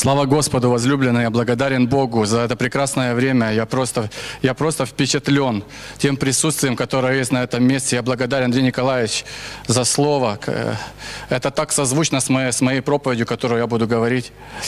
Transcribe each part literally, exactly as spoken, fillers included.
Слава Господу, возлюбленный, я благодарен Богу за это прекрасное время. Я просто, я просто впечатлен тем присутствием, которое есть на этом месте. Я благодарен, Андрей Николаевич, за слово. Это так созвучно с моей, с моей проповедью, которую я буду говорить.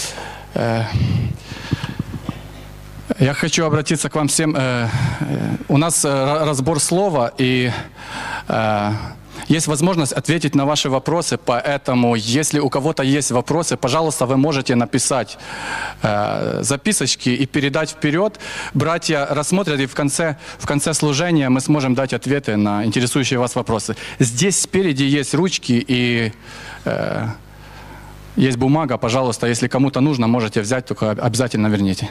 Я хочу обратиться к вам всем. У нас разбор слова, и есть возможность ответить на ваши вопросы, поэтому, если у кого-то есть вопросы, пожалуйста, вы можете написать э, записочки и передать вперед. Братья рассмотрят, и в конце, в конце служения мы сможем дать ответы на интересующие вас вопросы. Здесь спереди есть ручки и э, есть бумага. Пожалуйста, если кому-то нужно, можете взять, только обязательно верните.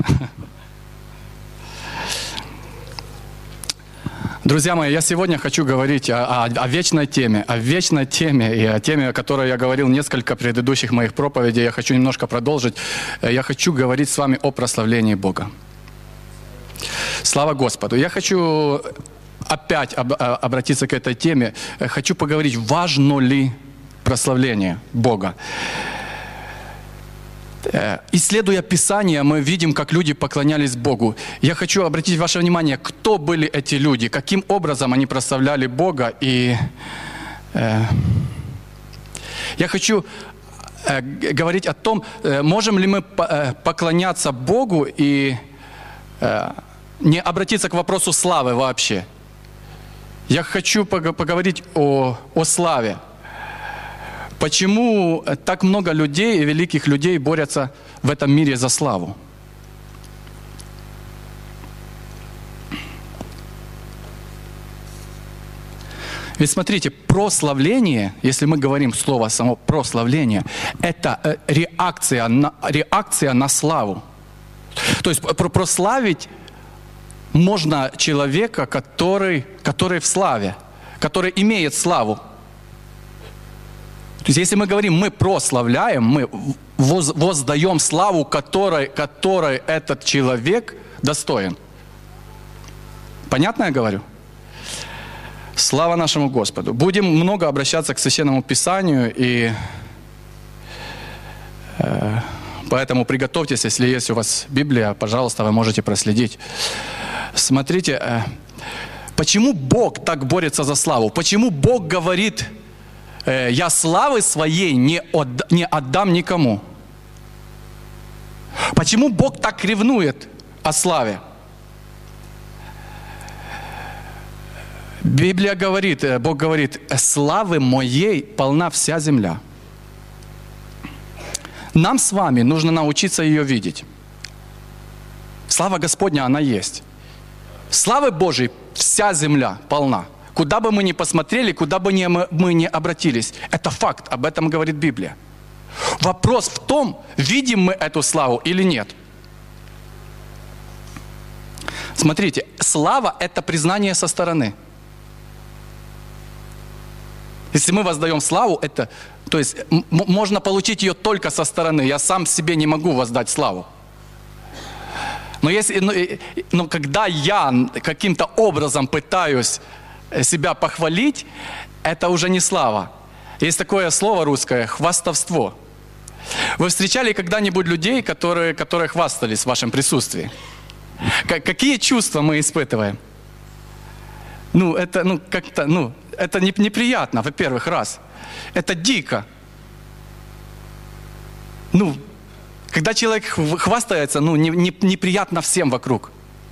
Друзья мои, я сегодня хочу говорить о, о, о вечной теме, о вечной теме и о теме, о которой я говорил несколько предыдущих моих проповедей. Я хочу немножко продолжить. Я хочу говорить с вами о прославлении Бога. Слава Господу. Я хочу опять об, обратиться к этой теме. Хочу поговорить, важно ли прославление Бога. Исследуя Писание, мы видим, как люди поклонялись Богу. Я хочу обратить ваше внимание, кто были эти люди, каким образом они прославляли Бога. И э, я хочу э, говорить о том, э, можем ли мы э, поклоняться Богу и э, не обратиться к вопросу славы вообще. Я хочу поговорить о, о славе. Почему так много людей, великих людей, борются в этом мире за славу? Ведь смотрите, прославление, если мы говорим слово само прославление, это реакция на, реакция на славу. То есть прославить можно человека, который, который в славе, который имеет славу. То есть, если мы говорим, мы прославляем, мы воздаем славу, которой, которой этот человек достоин. Понятно я говорю? Слава нашему Господу. Будем много обращаться к Священному Писанию, и э, поэтому приготовьтесь, если есть у вас Библия, пожалуйста, вы можете проследить. Смотрите, э, почему Бог так борется за славу? Почему Бог говорит: я славы своей не, отд, не отдам никому? Почему Бог так ревнует о славе? Библия говорит, Бог говорит: славы моей полна вся земля. Нам с вами нужно научиться ее видеть. Слава Господня, она есть. Славы Божией вся земля полна. Куда бы мы ни посмотрели, куда бы ни мы ни обратились. Это факт, об этом говорит Библия. Вопрос в том, видим мы эту славу или нет. Смотрите, слава – это признание со стороны. Если мы воздаем славу, это, то есть м- можно получить ее только со стороны. Я сам себе не могу воздать славу. Но, если, но, но когда я каким-то образом пытаюсь себя похвалить, это уже не слава. Есть такое слово русское – хвастовство. Вы встречали когда-нибудь людей, которые, которые хвастались в вашем присутствии? Какие чувства мы испытываем? Ну, это, ну, как-то, ну, это неприятно, во-первых, раз. Это дико. Ну, когда человек хвастается, ну, не, не, неприятно всем вокруг.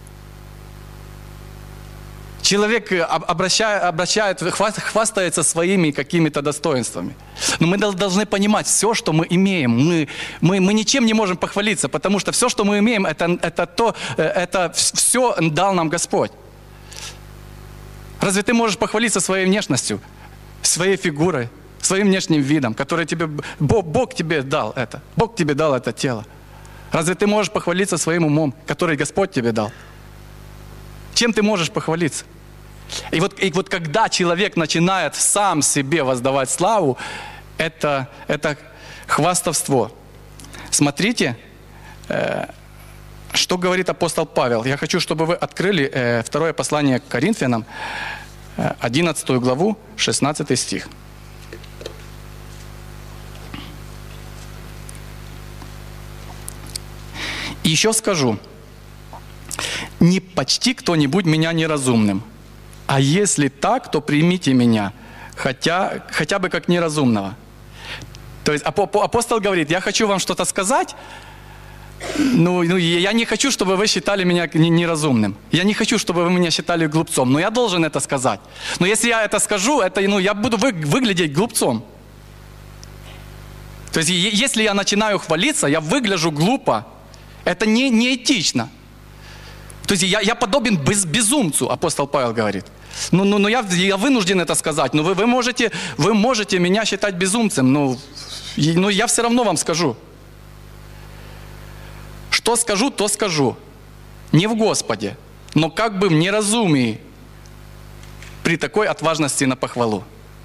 Человек обращает, обращает, хвастается своими какими-то достоинствами. Но мы должны понимать, все, что мы имеем, мы, мы, мы ничем не можем похвалиться, потому что все, что мы имеем, это, это, то, это все дал нам Господь. Разве ты можешь похвалиться своей внешностью, своей фигурой, своим внешним видом, который тебе, Бог, Бог тебе дал это, Бог тебе дал это тело? Разве ты можешь похвалиться своим умом, который Господь тебе дал? Чем ты можешь похвалиться? И вот, и вот когда человек начинает сам себе воздавать славу, это, это хвастовство. Смотрите, э, что говорит апостол Павел. Я хочу, чтобы вы открыли э, второе послание к Коринфянам, э, одиннадцатую главу, шестнадцатый стих. Еще скажу, не почти кто-нибудь меня неразумным, а если так, то примите меня, хотя, хотя бы как неразумного. То есть апостол говорит, я хочу вам что-то сказать, ну, ну я не хочу, чтобы вы считали меня неразумным. Я не хочу, чтобы вы меня считали глупцом, но я должен это сказать. Но если я это скажу, это, ну, я буду вы, выглядеть глупцом. То есть если я начинаю хвалиться, я выгляжу глупо. Это не, не этично. То есть я, я подобен без, безумцу, апостол Павел говорит. Ну, ну, ну я, я вынужден это сказать. Но вы, вы, можете, вы можете меня считать безумцем, но, но я все равно вам скажу. Что скажу, то скажу. Не в Господе, но как бы в неразумии при такой отважности на похвалу.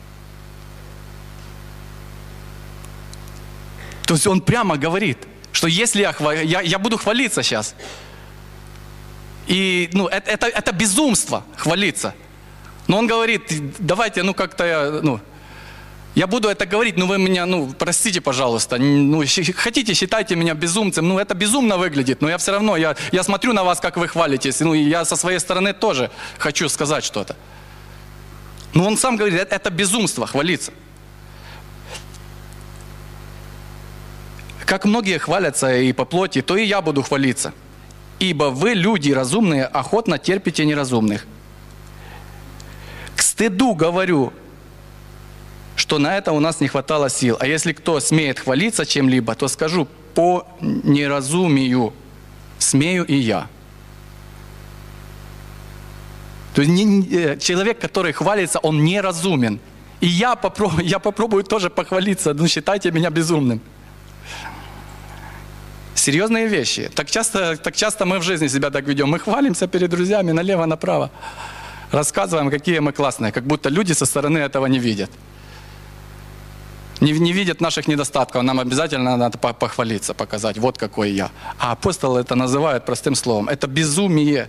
То есть он прямо говорит, что если я, хвал... я, я буду хвалиться сейчас, и ну, это, это, это безумство хвалиться. Но он говорит, давайте, ну как-то я, ну, я буду это говорить, но вы меня, ну, простите, пожалуйста, ну, хотите, считайте меня безумцем, ну, это безумно выглядит, но я все равно, я, я смотрю на вас, как вы хвалитесь, ну, и я со своей стороны тоже хочу сказать что-то. Но он сам говорит, это, это безумство хвалиться. Как многие хвалятся и по плоти, то и я буду хвалиться. Ибо вы, люди разумные, охотно терпите неразумных. К стыду говорю, что на это у нас не хватало сил. А если кто смеет хвалиться чем-либо, то скажу, по неразумию смею и я. То есть не, человек, который хвалится, он неразумен. И я попробую, я попробую тоже похвалиться, ну считайте меня безумным. Серьезные вещи. Так часто, так часто мы в жизни себя так ведем. Мы хвалимся перед друзьями налево-направо. Рассказываем, какие мы классные. Как будто люди со стороны этого не видят. Не, не видят наших недостатков. Нам обязательно надо похвалиться, показать. Вот какой я. А апостолы это называют простым словом. Это безумие.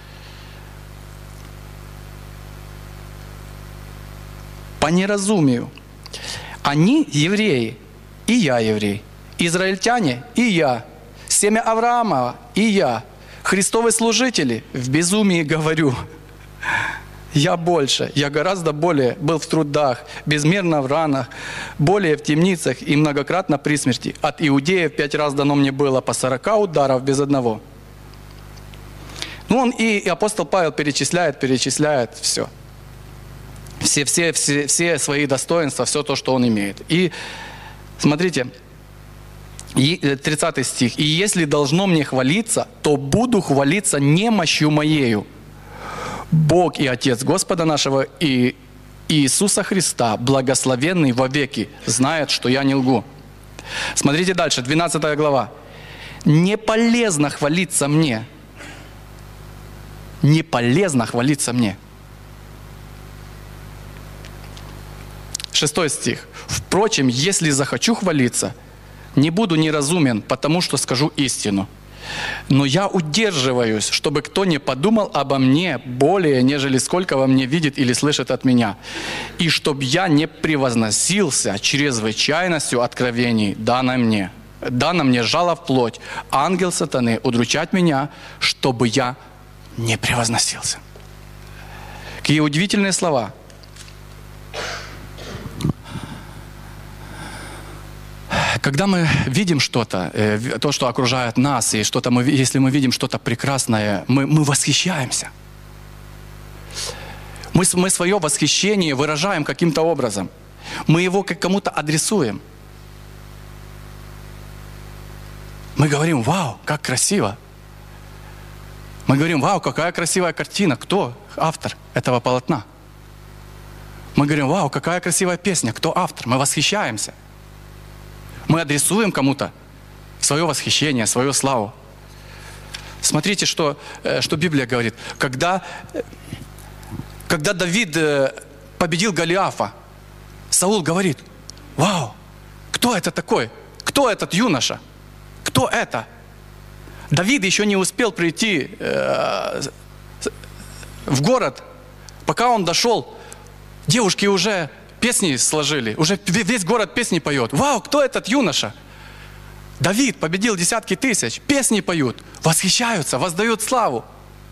По неразумию. Они евреи. И я еврей. Израильтяне. И я. Семя Авраамова, и я, Христовы служители, в безумии говорю. Я больше, я гораздо более был в трудах, безмерно в ранах, более в темницах и многократно при смерти. От иудеев пять раз дано мне было по сорока ударов без одного. Ну, он и, и апостол Павел перечисляет, перечисляет все. Все, все, все, все свои достоинства, все то, что он имеет. И смотрите, тридцатый стих. «И если должно мне хвалиться, то буду хвалиться немощью моею. Бог и Отец Господа нашего и Иисуса Христа, благословенный вовеки, знает, что я не лгу». Смотрите дальше, двенадцатая глава. «Не полезно хвалиться мне». Не полезно хвалиться мне. Шестой стих. «Впрочем, если захочу хвалиться, не буду неразумен, потому что скажу истину. Но я удерживаюсь, чтобы кто не подумал обо мне более, нежели сколько во мне видит или слышит от меня. И чтоб я не превозносился чрезвычайностью откровений, данной мне. Дано мне жало в плоть, ангел сатаны, удручать меня, чтобы я не превозносился». Какие удивительные слова. Когда мы видим что-то, то, что окружает нас, и что-то мы, если мы видим что-то прекрасное, мы, мы восхищаемся. Мы, мы свое восхищение выражаем каким-то образом. Мы его к кому-то адресуем. Мы говорим: «Вау, как красиво!» Мы говорим: «Вау, какая красивая картина!» Кто автор этого полотна? Мы говорим: «Вау, какая красивая песня!» Кто автор? Мы восхищаемся. Мы адресуем кому-то свое восхищение, свою славу. Смотрите, что, что Библия говорит. Когда, когда Давид победил Голиафа, Саул говорит: «Вау, кто это такой? Кто этот юноша? Кто это?» Давид еще не успел прийти э, в город. Пока он дошел, девушки уже песни сложили. Уже весь город песни поет. «Вау, кто этот юноша?» Давид победил десятки тысяч, песни поют, восхищаются, воздают славу.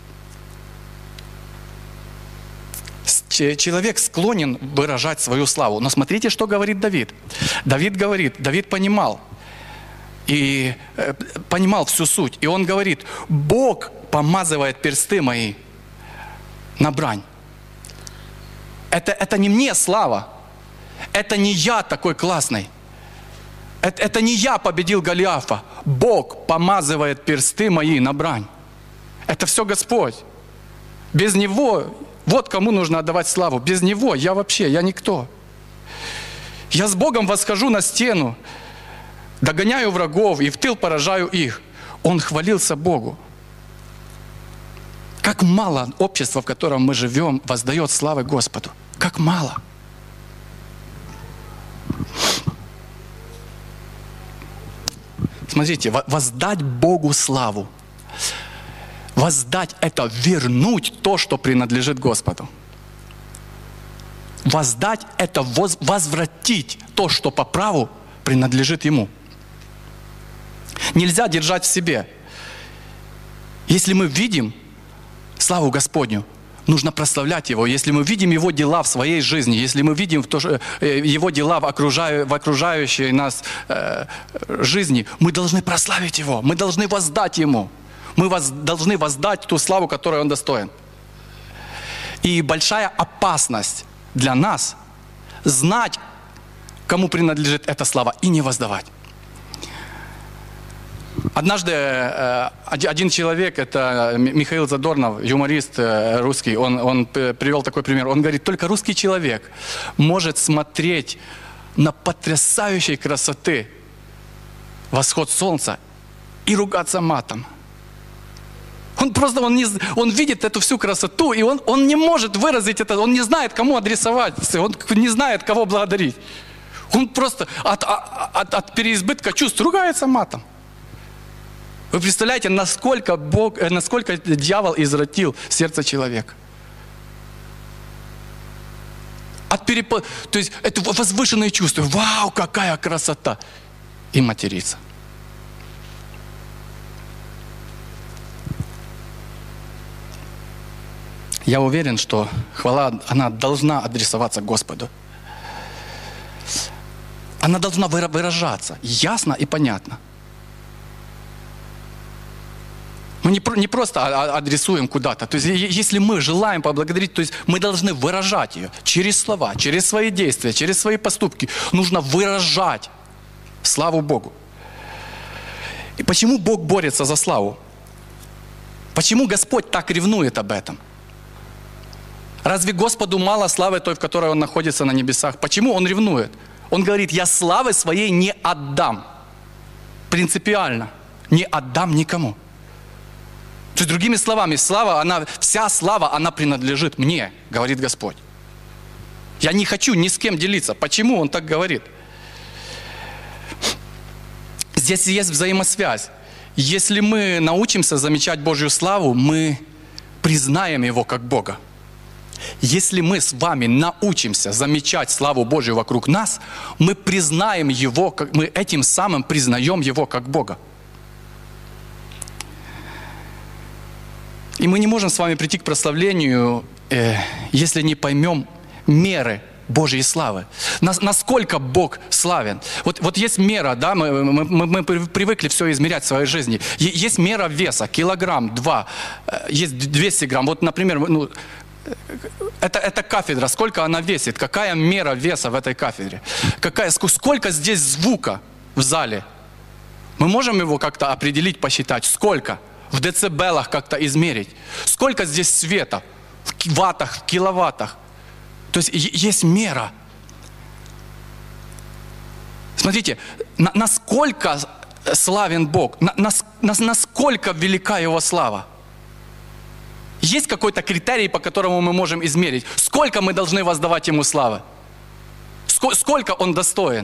Человек склонен выражать свою славу. Но смотрите, что говорит Давид. Давид говорит, Давид понимал, и э, понимал всю суть. И он говорит: Бог помазывает персты мои на брань. Это, это не мне слава. Это не я такой классный. Это, это не я победил Голиафа. Бог помазывает персты мои на брань. Это все Господь. Без Него, вот кому нужно отдавать славу. Без Него я вообще, я никто. Я с Богом восхожу на стену, догоняю врагов и в тыл поражаю их. Он хвалился Богу. Как мало общества, в котором мы живем, воздает славы Господу. Как мало. Смотрите, воздать Богу славу. Воздать – это вернуть то, что принадлежит Господу. Воздать – это возвратить то, что по праву принадлежит Ему. Нельзя держать в себе. Если мы видим славу Господню, нужно прославлять Его. Если мы видим Его дела в своей жизни, если мы видим то, что, Его дела в, окружаю, в окружающей нас э, жизни, мы должны прославить Его, мы должны воздать Ему. Мы воз, должны воздать ту славу, которой Он достоин. И большая опасность для нас знать, кому принадлежит эта слава, и не воздавать. Однажды э, один человек, это Михаил Задорнов, юморист э, русский, он, он привел такой пример. Он говорит: только русский человек может смотреть на потрясающей красоты восход солнца и ругаться матом. Он просто, он, не, он видит эту всю красоту, и он, он не может выразить это, он не знает, кому адресовать, он не знает, кого благодарить. Он просто от, от, от переизбытка чувств ругается матом. Вы представляете, насколько, Бог, насколько дьявол извратил сердце человека. От перепо... То есть это возвышенные чувства. Вау, какая красота! И материться. Я уверен, что хвала, она должна адресоваться Господу. Она должна выражаться ясно и понятно. Мы не, не просто адресуем куда-то. То есть, если мы желаем поблагодарить, то есть мы должны выражать ее через слова, через свои действия, через свои поступки. Нужно выражать славу Богу. И почему Бог борется за славу? Почему Господь так ревнует об этом? Разве Господу мало славы той, в которой Он находится на небесах? Почему Он ревнует? Он говорит: я славы своей не отдам. Принципиально. Не отдам никому. То есть, другими словами, слава, она, вся слава, она принадлежит мне, говорит Господь. Я не хочу ни с кем делиться. Почему Он так говорит? Здесь есть взаимосвязь. Если мы научимся замечать Божью славу, мы признаем Его как Бога. Если мы с вами научимся замечать славу Божью вокруг нас, мы признаем Его, мы этим самым признаем Его как Бога. И мы не можем с вами прийти к прославлению, э, если не поймем меры Божьей славы. Нас, насколько Бог славен. Вот, вот есть мера, да, мы, мы, мы привыкли все измерять в своей жизни. Есть мера веса, килограмм, два, есть двести грамм. Вот, например, ну, это, это кафедра, сколько она весит, какая мера веса в этой кафедре, какая, сколько здесь звука в зале. Мы можем его как-то определить, посчитать, сколько? В децибелах как-то измерить. Сколько здесь света? В ваттах, в киловаттах. То есть есть мера. Смотрите, на, насколько славен Бог, на, на, насколько велика Его слава. Есть какой-то критерий, по которому мы можем измерить? Сколько мы должны воздавать Ему славы? Сколько, сколько Он достоин?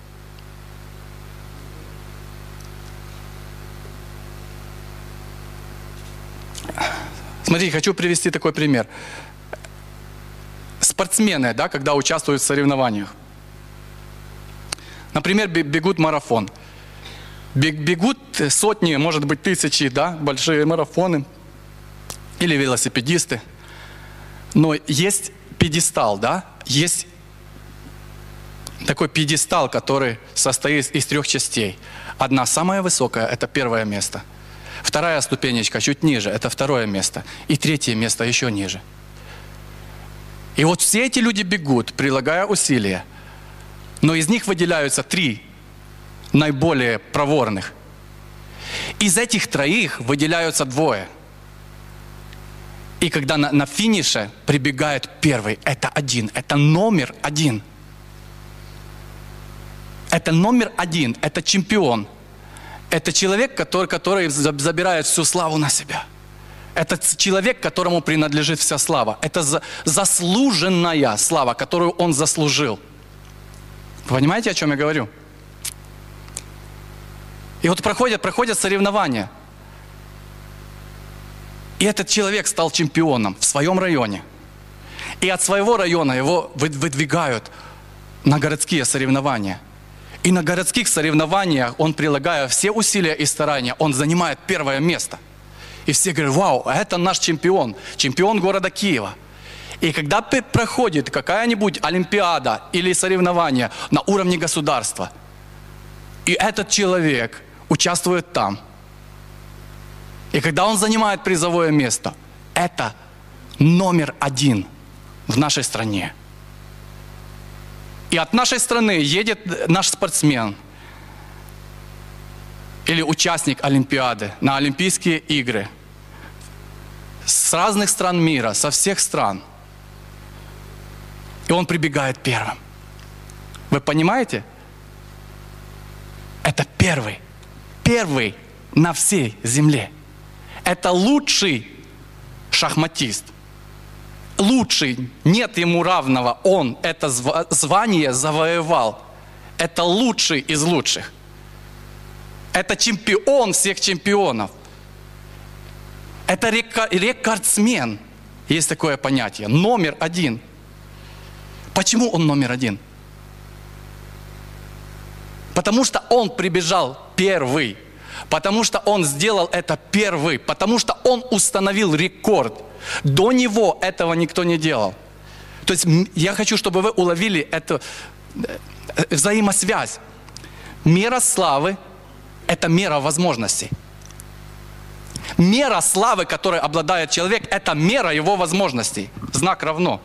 Смотрите, хочу привести такой пример. Спортсмены, да, когда участвуют в соревнованиях. Например, бегут марафон. Бегут сотни, может быть, тысячи, да, большие марафоны или велосипедисты. Но есть пьедестал, да, есть такой пьедестал, который состоит из трех частей. Одна самая высокая, это первое место. Вторая ступенечка чуть ниже, это второе место. И третье место еще ниже. И вот все эти люди бегут, прилагая усилия. Но из них выделяются три наиболее проворных. Из этих троих выделяются двое. И когда на, на финише прибегает первый, это один, это номер один. Это номер один, это чемпион. Это человек, который, который забирает всю славу на себя. Это человек, которому принадлежит вся слава. Это за, заслуженная слава, которую он заслужил. Вы понимаете, о чем я говорю? И вот проходят, проходят соревнования. И этот человек стал чемпионом в своем районе. И от своего района его выдвигают на городские соревнования. И на городских соревнованиях он, прилагая все усилия и старания, он занимает первое место. И все говорят: вау, это наш чемпион, чемпион города Киева. И когда проходит какая-нибудь олимпиада или соревнование на уровне государства, и этот человек участвует там, и когда он занимает призовое место, это номер один в нашей стране. И от нашей страны едет наш спортсмен или участник Олимпиады на Олимпийские игры с разных стран мира, со всех стран. И он прибегает первым. Вы понимаете? Это первый. Первый на всей земле. Это лучший шахматист. Лучший, нет ему равного. Он это звание завоевал. Это лучший из лучших. Это чемпион всех чемпионов. Это рекордсмен. Есть такое понятие. Номер один. Почему он номер один? Потому что он прибежал первый. Потому что он сделал это первый. Потому что он установил рекорд. До него этого никто не делал. То есть я хочу, чтобы вы уловили эту взаимосвязь. Мера славы – это мера возможностей. Мера славы, которой обладает человек, это мера его возможностей. Знак равно.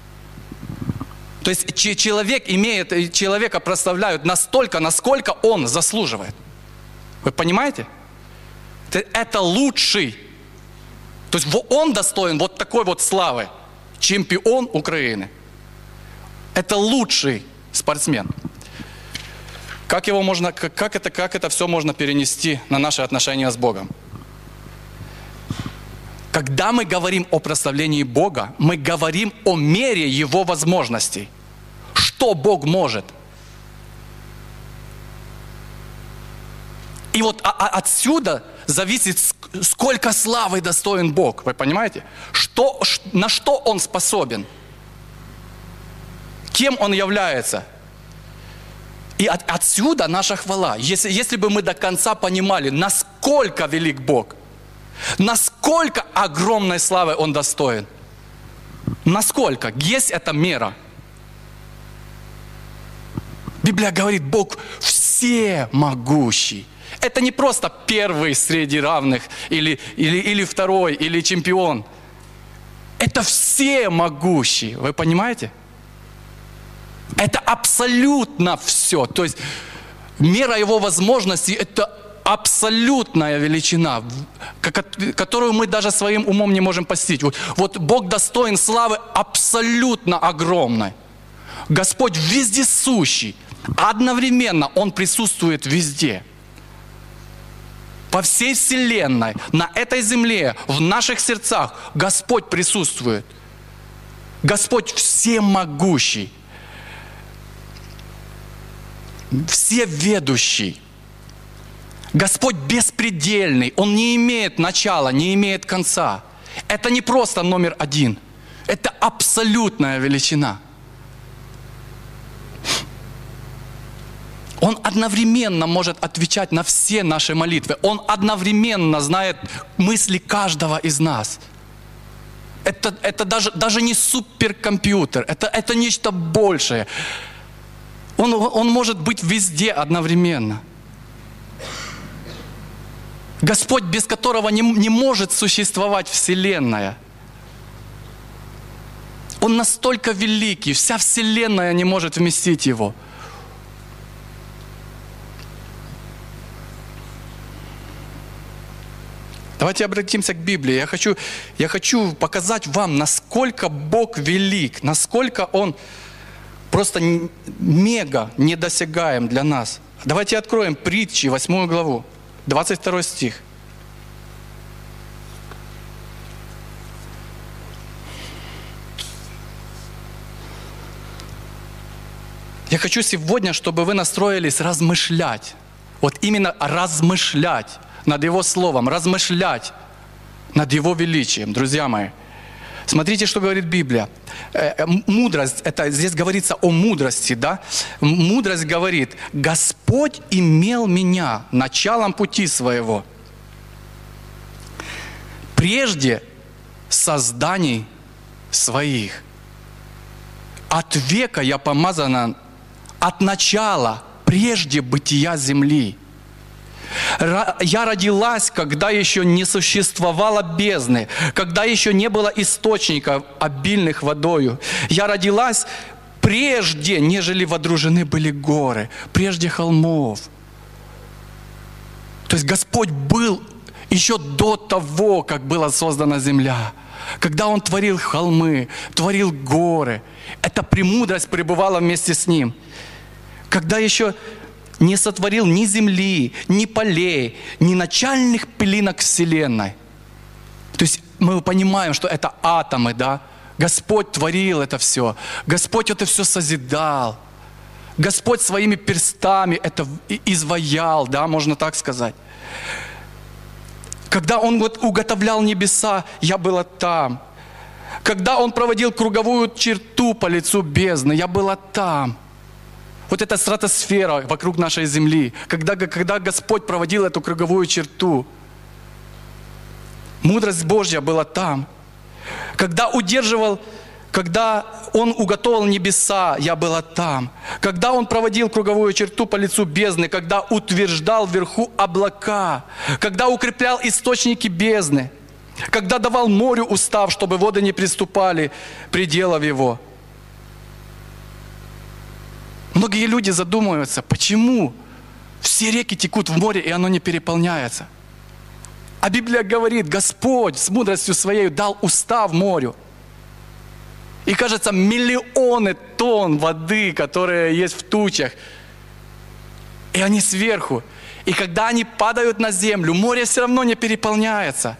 То есть человек имеет, человека прославляют настолько, насколько он заслуживает. Вы понимаете? Это лучший. То есть он достоин вот такой вот славы. Чемпион Украины. Это лучший спортсмен. Как его можно, как это, как это все можно перенести на наши отношения с Богом? Когда мы говорим о прославлении Бога, мы говорим о мере Его возможностей. Что Бог может? И вот а, а отсюда зависит, сколько славы достоин Бог. Вы понимаете? Что, на что Он способен? Кем Он является? И от, отсюда наша хвала. Если, если бы мы до конца понимали, насколько велик Бог, насколько огромной славы Он достоин, насколько, есть эта мера. Библия говорит, Бог всемогущий. Это не просто первый среди равных, или, или, или второй, или чемпион. Это всемогущий. Вы понимаете? Это абсолютно все. То есть мера Его возможностей – это абсолютная величина, которую мы даже своим умом не можем постичь. Вот, вот Бог достоин славы абсолютно огромной. Господь вездесущий. Одновременно Он присутствует везде. По всей вселенной, на этой земле, в наших сердцах Господь присутствует. Господь всемогущий. Всеведущий. Господь беспредельный. Он не имеет начала, не имеет конца. Это не просто номер один. Это абсолютная величина. Он одновременно может отвечать на все наши молитвы. Он одновременно знает мысли каждого из нас. Это, это даже, даже не суперкомпьютер, это, это нечто большее. Он, он может быть везде одновременно. Господь, без которого не, не может существовать Вселенная. Он настолько великий, вся Вселенная не может вместить Его. Давайте обратимся к Библии. Я хочу, я хочу показать вам, насколько Бог велик, насколько Он просто мега недосягаем для нас. Давайте откроем Притчи, восьмую главу, двадцать второй стих. Я хочу сегодня, чтобы вы настроились размышлять. Вот именно размышлять над Его Словом, размышлять над Его величием, друзья мои. Смотрите, что говорит Библия. Мудрость, это здесь говорится о мудрости, да? Мудрость говорит: Господь имел меня началом пути своего, прежде созданий своих. От века я помазана, от начала, прежде бытия земли. Я родилась, когда еще не существовало бездны, когда еще не было источников, обильных водою. Я родилась прежде, нежели водружены были горы, прежде холмов. То есть Господь был еще до того, как была создана земля. Когда Он творил холмы, творил горы, эта премудрость пребывала вместе с Ним. Когда еще не сотворил ни земли, ни полей, ни начальных пылинок Вселенной. То есть мы понимаем, что это атомы, да? Господь творил это все. Господь это все созидал. Господь своими перстами это изваял, да, можно так сказать. Когда Он вот уготовлял небеса, я была там. Когда Он проводил круговую черту по лицу бездны, я была там. Вот эта стратосфера вокруг нашей земли, когда, когда Господь проводил эту круговую черту, мудрость Божья была там. Когда удерживал, когда Он уготовил небеса, я была там. Когда Он проводил круговую черту по лицу бездны, когда утверждал вверху облака, когда укреплял источники бездны, когда давал морю устав, чтобы воды не приступали пределов его. Многие люди задумываются, почему все реки текут в море, и оно не переполняется. А Библия говорит, Господь с мудростью Своей дал устав морю. И кажется, миллионы тонн воды, которые есть в тучах, и они сверху. И когда они падают на землю, море все равно не переполняется.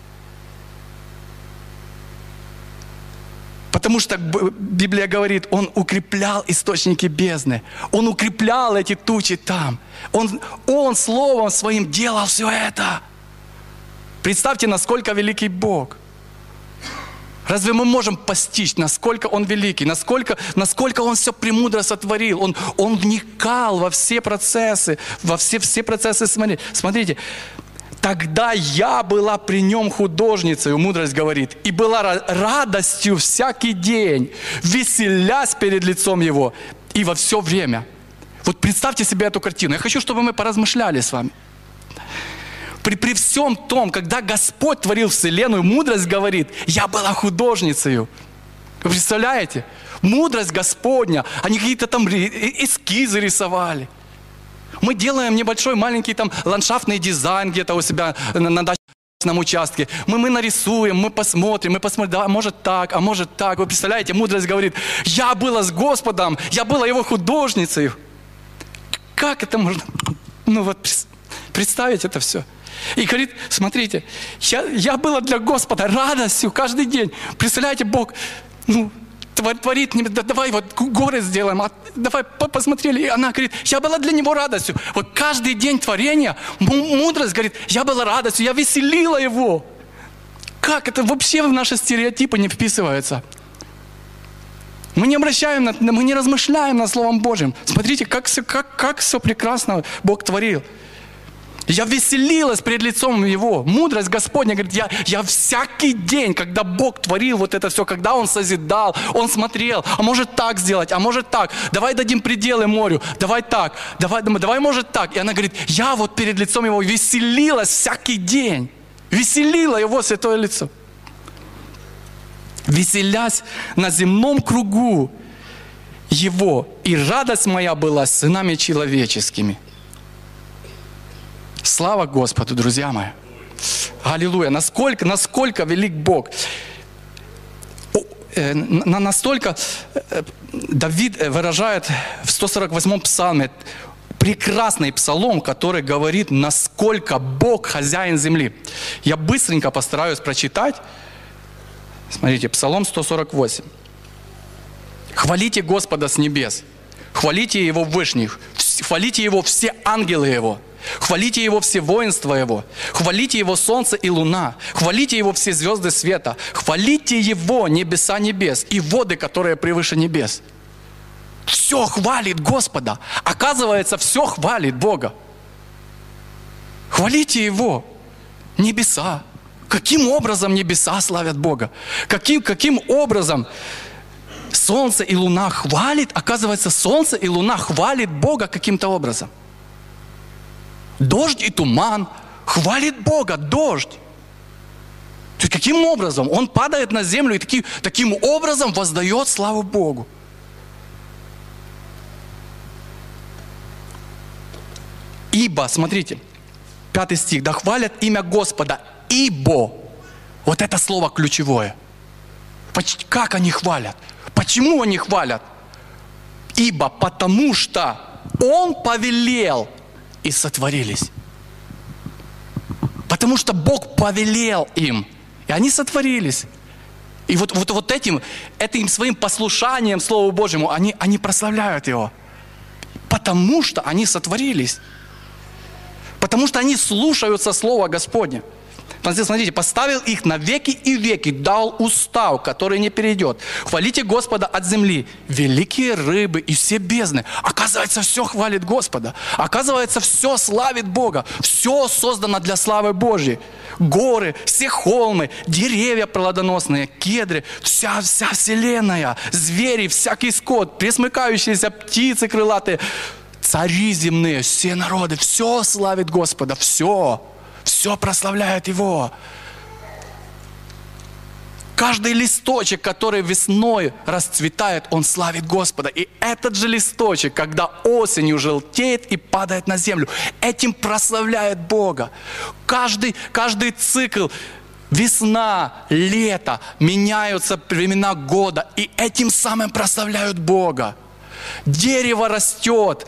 Потому что Библия говорит, Он укреплял источники бездны. Он укреплял эти тучи там. Он, он Словом Своим делал все это. Представьте, насколько великий Бог. Разве мы можем постичь, насколько Он великий, насколько, насколько Он все премудро сотворил? Он, он вникал во все процессы, во все, все процессы. Смотрите, смотрите. Тогда я была при Нем художницей, мудрость говорит, и была радостью всякий день, веселясь перед лицом Его и во все время. Вот представьте себе эту картину. Я хочу, чтобы мы поразмышляли с вами. При, при всем том, когда Господь творил вселенную, мудрость говорит, я была художницей. Вы представляете? Мудрость Господня, они какие-то там эскизы рисовали. Мы делаем небольшой, маленький там ландшафтный дизайн где-то у себя на, на дачном участке. Мы, мы нарисуем, мы посмотрим, мы посмотрим, да, может так, а может так. Вы представляете, мудрость говорит, я была с Господом, я была Его художницей. Как это можно, ну вот, представить это все? И говорит, смотрите, я, я была для Господа радостью каждый день. Представляете, Бог, ну, творит, давай вот горы сделаем, а давай посмотрели. И она говорит, я была для Него радостью. Вот каждый день творения, мудрость говорит, я была радостью, я веселила Его. Как это вообще в наши стереотипы не вписывается? Мы не обращаем, на, мы не размышляем над Словом Божьим. Смотрите, как все, как, как все прекрасно Бог творил. Я веселилась перед лицом Его. Мудрость Господня говорит, я, я всякий день, когда Бог творил вот это все, когда Он созидал, Он смотрел, а может так сделать, а может так, давай дадим пределы морю, давай так, давай, давай может так. И она говорит, я вот перед лицом Его веселилась всякий день. Веселила Его святое лицо. Веселясь на земном кругу Его, и радость моя была с сынами человеческими. Слава Господу, друзья мои. Аллилуйя. Насколько, насколько велик Бог. Настолько Давид выражает в сто сорок восьмом псалме прекрасный псалом, который говорит, насколько Бог хозяин земли. Я быстренько постараюсь прочитать. Смотрите, Псалом сто сорок восемь. «Хвалите Господа с небес, хвалите Его вышних, хвалите Его все ангелы Его, хвалите Его все воинства Его, хвалите Его солнце и луна, хвалите Его все звезды света, хвалите Его небеса небес и воды, которые превыше небес». Все хвалит Господа. Оказывается, все хвалит Бога. Хвалите Его, небеса. Каким образом небеса славят Бога? Каким, каким образом солнце и луна хвалит? Оказывается, солнце и луна хвалит Бога каким-то образом. Дождь и туман хвалит Бога, дождь. То есть каким образом? Он падает на землю и таки, таким образом воздает славу Богу. Ибо, смотрите, пятый стих, да хвалят имя Господа, ибо. Вот это слово ключевое. Как они хвалят? Почему они хвалят? Ибо, потому что Он повелел, и сотворились. Потому что Бог повелел им, и они сотворились. И вот, вот, вот этим, этим своим послушанием Слову Божьему они, они прославляют Его. Потому что они сотворились. Потому что они слушаются Слова Господня. Смотрите, поставил их на веки и веки, дал устав, который не перейдет. Хвалите Господа от земли, великие рыбы и все бездны. Оказывается, все хвалит Господа. Оказывается, все славит Бога. Все создано для славы Божьей. Горы, все холмы, деревья плодоносные, кедры, вся, вся вселенная, звери, всякий скот, пресмыкающиеся птицы крылатые, цари земные, все народы, все славит Господа, все. Все прославляет Его. Каждый листочек, который весной расцветает, он славит Господа. И этот же листочек, когда осенью желтеет и падает на землю, этим прославляет Бога. Каждый, каждый цикл, весна, лето, меняются времена года, и этим самым прославляют Бога. Дерево растет.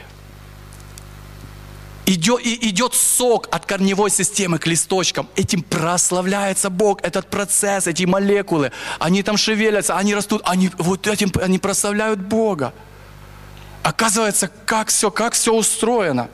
Идет, и идет сок от корневой системы к листочкам. Этим прославляется Бог. Этот процесс, эти молекулы, они там шевелятся, они растут, они, вот этим они прославляют Бога. Оказывается, как все, как все устроено.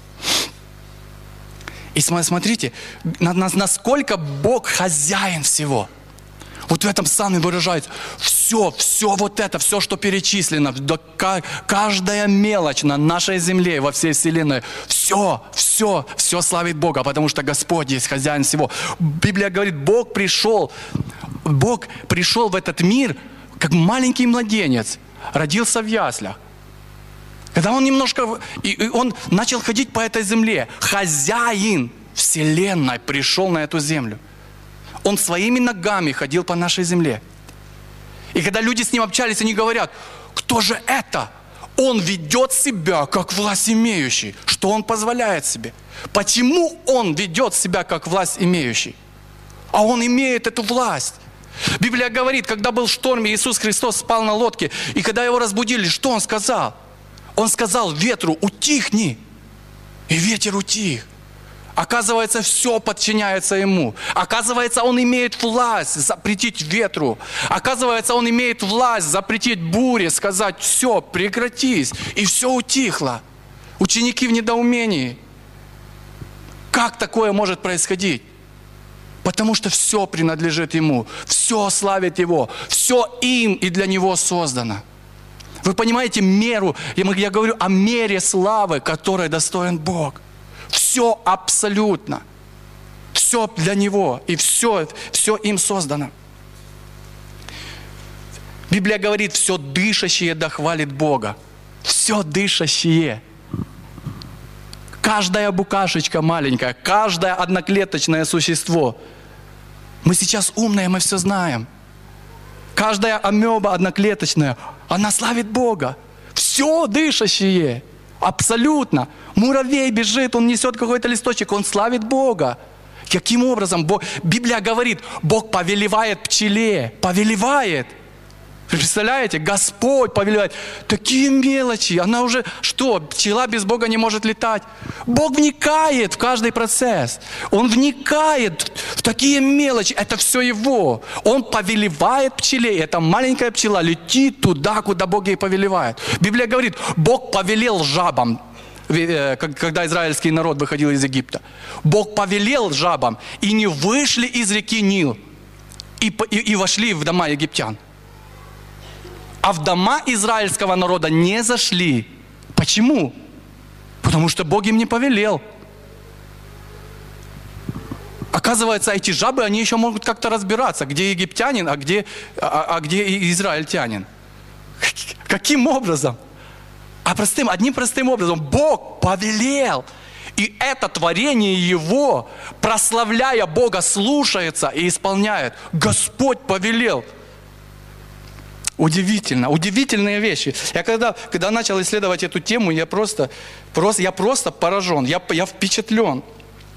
И смотрите, насколько Бог хозяин всего. Вот в этом псалме выражается все, все вот это, все, что перечислено, каждая мелочь на нашей земле, во всей вселенной, все, все, все славит Бога, потому что Господь есть хозяин всего. Библия говорит, Бог пришел, Бог пришел в этот мир, как маленький младенец, родился в яслях. Когда он немножко, и он начал ходить по этой земле, хозяин вселенной пришел на эту землю. Он своими ногами ходил по нашей земле. И когда люди с ним общались, они говорят, кто же это? Он ведет себя как власть имеющий. Что он позволяет себе? Почему он ведет себя как власть имеющий? А он имеет эту власть. Библия говорит, когда был шторм, Иисус Христос спал на лодке, и когда его разбудили, что он сказал? Он сказал ветру, утихни. И ветер утих. Оказывается, все подчиняется Ему. Оказывается, Он имеет власть запретить ветру. Оказывается, Он имеет власть запретить буре, сказать, все, прекратись. И все утихло. Ученики в недоумении. Как такое может происходить? Потому что все принадлежит Ему, все славит Его, все им и для Него создано. Вы понимаете меру, я говорю о мере славы, которой достоин Бог. Все абсолютно, все для Него, и все, все им создано. Библия говорит, все дышащее да хвалит Бога. Все дышащее. Каждая букашечка маленькая, каждое одноклеточное существо. Мы сейчас умные, мы все знаем. Каждая амеба одноклеточная, она славит Бога. Все дышащее, абсолютно. Муравей бежит, он несет какой-то листочек, он славит Бога. Каким образом? Бог, Библия говорит, Бог повелевает пчеле, повелевает. Вы представляете? Господь повелевает. Такие мелочи. Она уже, что, пчела без Бога не может летать? Бог вникает в каждый процесс. Он вникает в такие мелочи. Это все Его. Он повелевает пчеле. Эта маленькая пчела летит туда, куда Бог ей повелевает. Библия говорит, Бог повелел жабам, когда израильский народ выходил из Египта. Бог повелел жабам, и не вышли из реки Нил, и, и, и вошли в дома египтян. А в дома израильского народа не зашли. Почему? Потому что Бог им не повелел. Оказывается, эти жабы, они еще могут как-то разбираться, где египтянин, а где, а, а где израильтянин. Каким образом? А простым, одним простым образом. Бог повелел. И это творение Его, прославляя Бога, слушается и исполняет. Господь повелел. Удивительно, удивительные вещи. Я когда, когда начал исследовать эту тему, я просто, просто, я просто поражен, я, я впечатлен.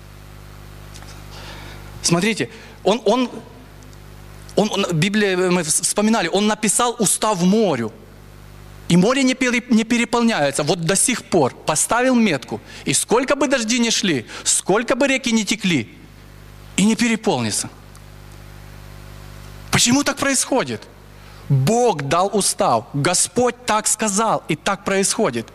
Смотрите, он, он, он, он, Библия, мы вспоминали, он написал устав морю. И море не, пере, не переполняется. Вот до сих пор поставил метку. И сколько бы дожди ни шли, сколько бы реки ни текли, и не переполнится. Почему так происходит? Бог дал устав. Господь так сказал, и так происходит.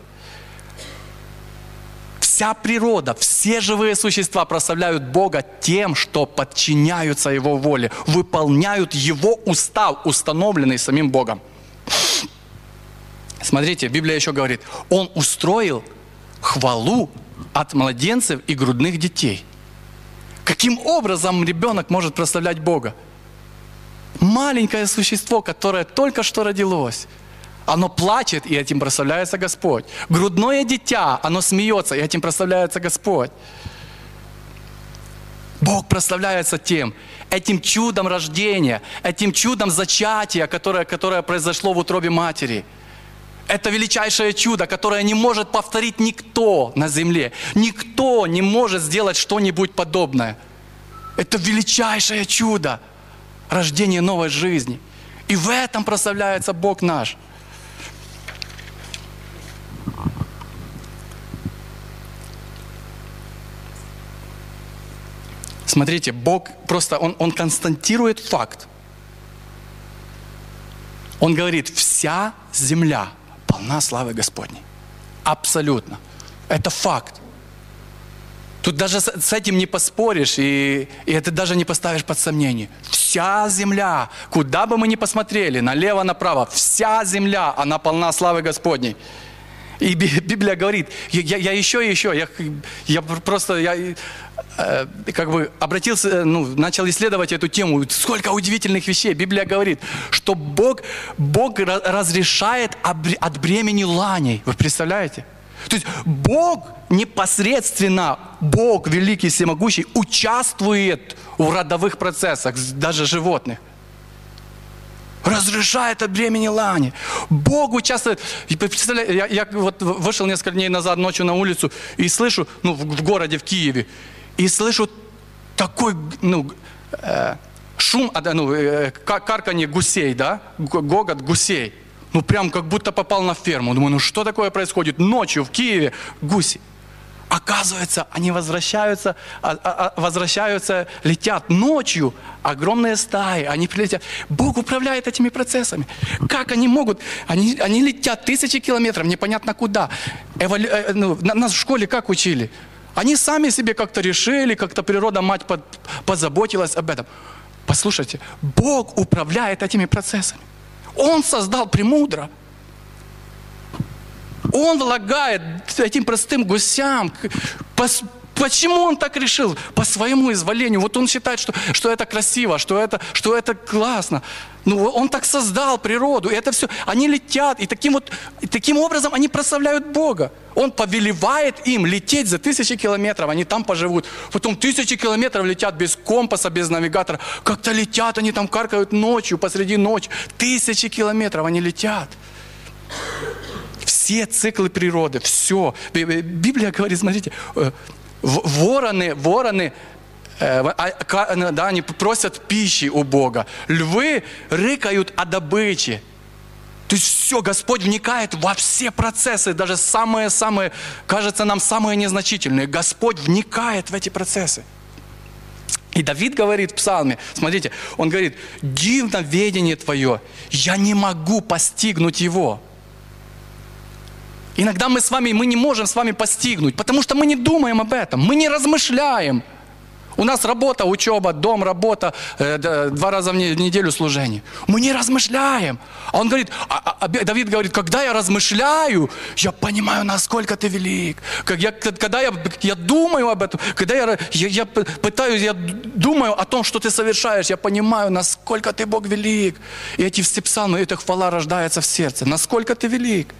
Вся природа, все живые существа прославляют Бога тем, что подчиняются Его воле, выполняют Его устав, установленный самим Богом. Смотрите, Библия еще говорит, Он устроил хвалу от младенцев и грудных детей. Каким образом ребенок может прославлять Бога? Маленькое существо, которое только что родилось, оно плачет, и этим прославляется Господь. Грудное дитя, оно смеется, и этим прославляется Господь. Бог прославляется тем, этим чудом рождения, этим чудом зачатия, которое, которое произошло в утробе матери. Это величайшее чудо, которое не может повторить никто на земле. Никто не может сделать что-нибудь подобное. Это величайшее чудо. Рождение новой жизни. И в этом прославляется Бог наш. Смотрите, Бог просто, Он, он констатирует факт. Он говорит, вся земля полна славы Господней. Абсолютно. Это факт. Тут даже с, с этим не поспоришь, и, и это даже не поставишь под сомнение. Вся земля, куда бы мы ни посмотрели, налево, направо, вся земля, она полна славы Господней. И Библия говорит, я, я еще и еще, я, я просто я, э, как бы обратился, ну, начал исследовать эту тему. Сколько удивительных вещей. Библия говорит, что Бог, Бог разрешает от бремени ланей. Вы представляете? То есть Бог непосредственно, Бог великий, всемогущий, участвует в родовых процессах, даже животных. Разрешает от бремени лани. Бог участвует. Я, я вот вышел несколько дней назад ночью на улицу и слышу, ну, в, в городе, в Киеве, и слышу такой, ну, э, шум, ну, э, карканье гусей, да, гогот гусей. Ну, прям как будто попал на ферму. Думаю, ну что такое происходит? Ночью в Киеве гуси. Оказывается, они возвращаются, возвращаются, летят ночью, огромные стаи, они прилетят. Бог управляет этими процессами. Как они могут? Они, они летят тысячи километров, непонятно куда. Эволю... Ну, нас в школе как учили? Они сами себе как-то решили, как-то природа-мать позаботилась об этом. Послушайте, Бог управляет этими процессами. Он создал премудро. Он влагает этим простым гусям. Почему он так решил? По своему изволению. Вот он считает, что, что это красиво, что это, что это классно. Ну, он так создал природу, и это все. Они летят, и таким, вот, и таким образом они прославляют Бога. Он повелевает им лететь за тысячи километров, они там поживут. Потом тысячи километров летят без компаса, без навигатора. Как-то летят, они там каркают ночью, посреди ночи. Тысячи километров они летят. Все циклы природы, все. Библия говорит, смотрите, вороны, вороны, да, они просят пищи у Бога. Львы рыкают о добыче. То есть все, Господь вникает во все процессы, даже самые-самые, кажется нам, самые незначительные. Господь вникает в эти процессы. И Давид говорит в псалме, смотрите, он говорит, дивно ведение Твое, я не могу постигнуть его. Иногда мы с вами, мы не можем с вами постигнуть, потому что мы не думаем об этом, мы не размышляем. У нас работа, учеба, дом, работа, э, два раза в неделю служение. Мы не размышляем. А он говорит, а, а, Давид говорит, когда я размышляю, я понимаю, насколько ты велик. Как я, когда я, я думаю об этом, когда я, я, я пытаюсь, я думаю о том, что ты совершаешь, я понимаю, насколько ты, Бог, велик. И эти все псалмы, эта хвала рождается в сердце. Насколько ты велик.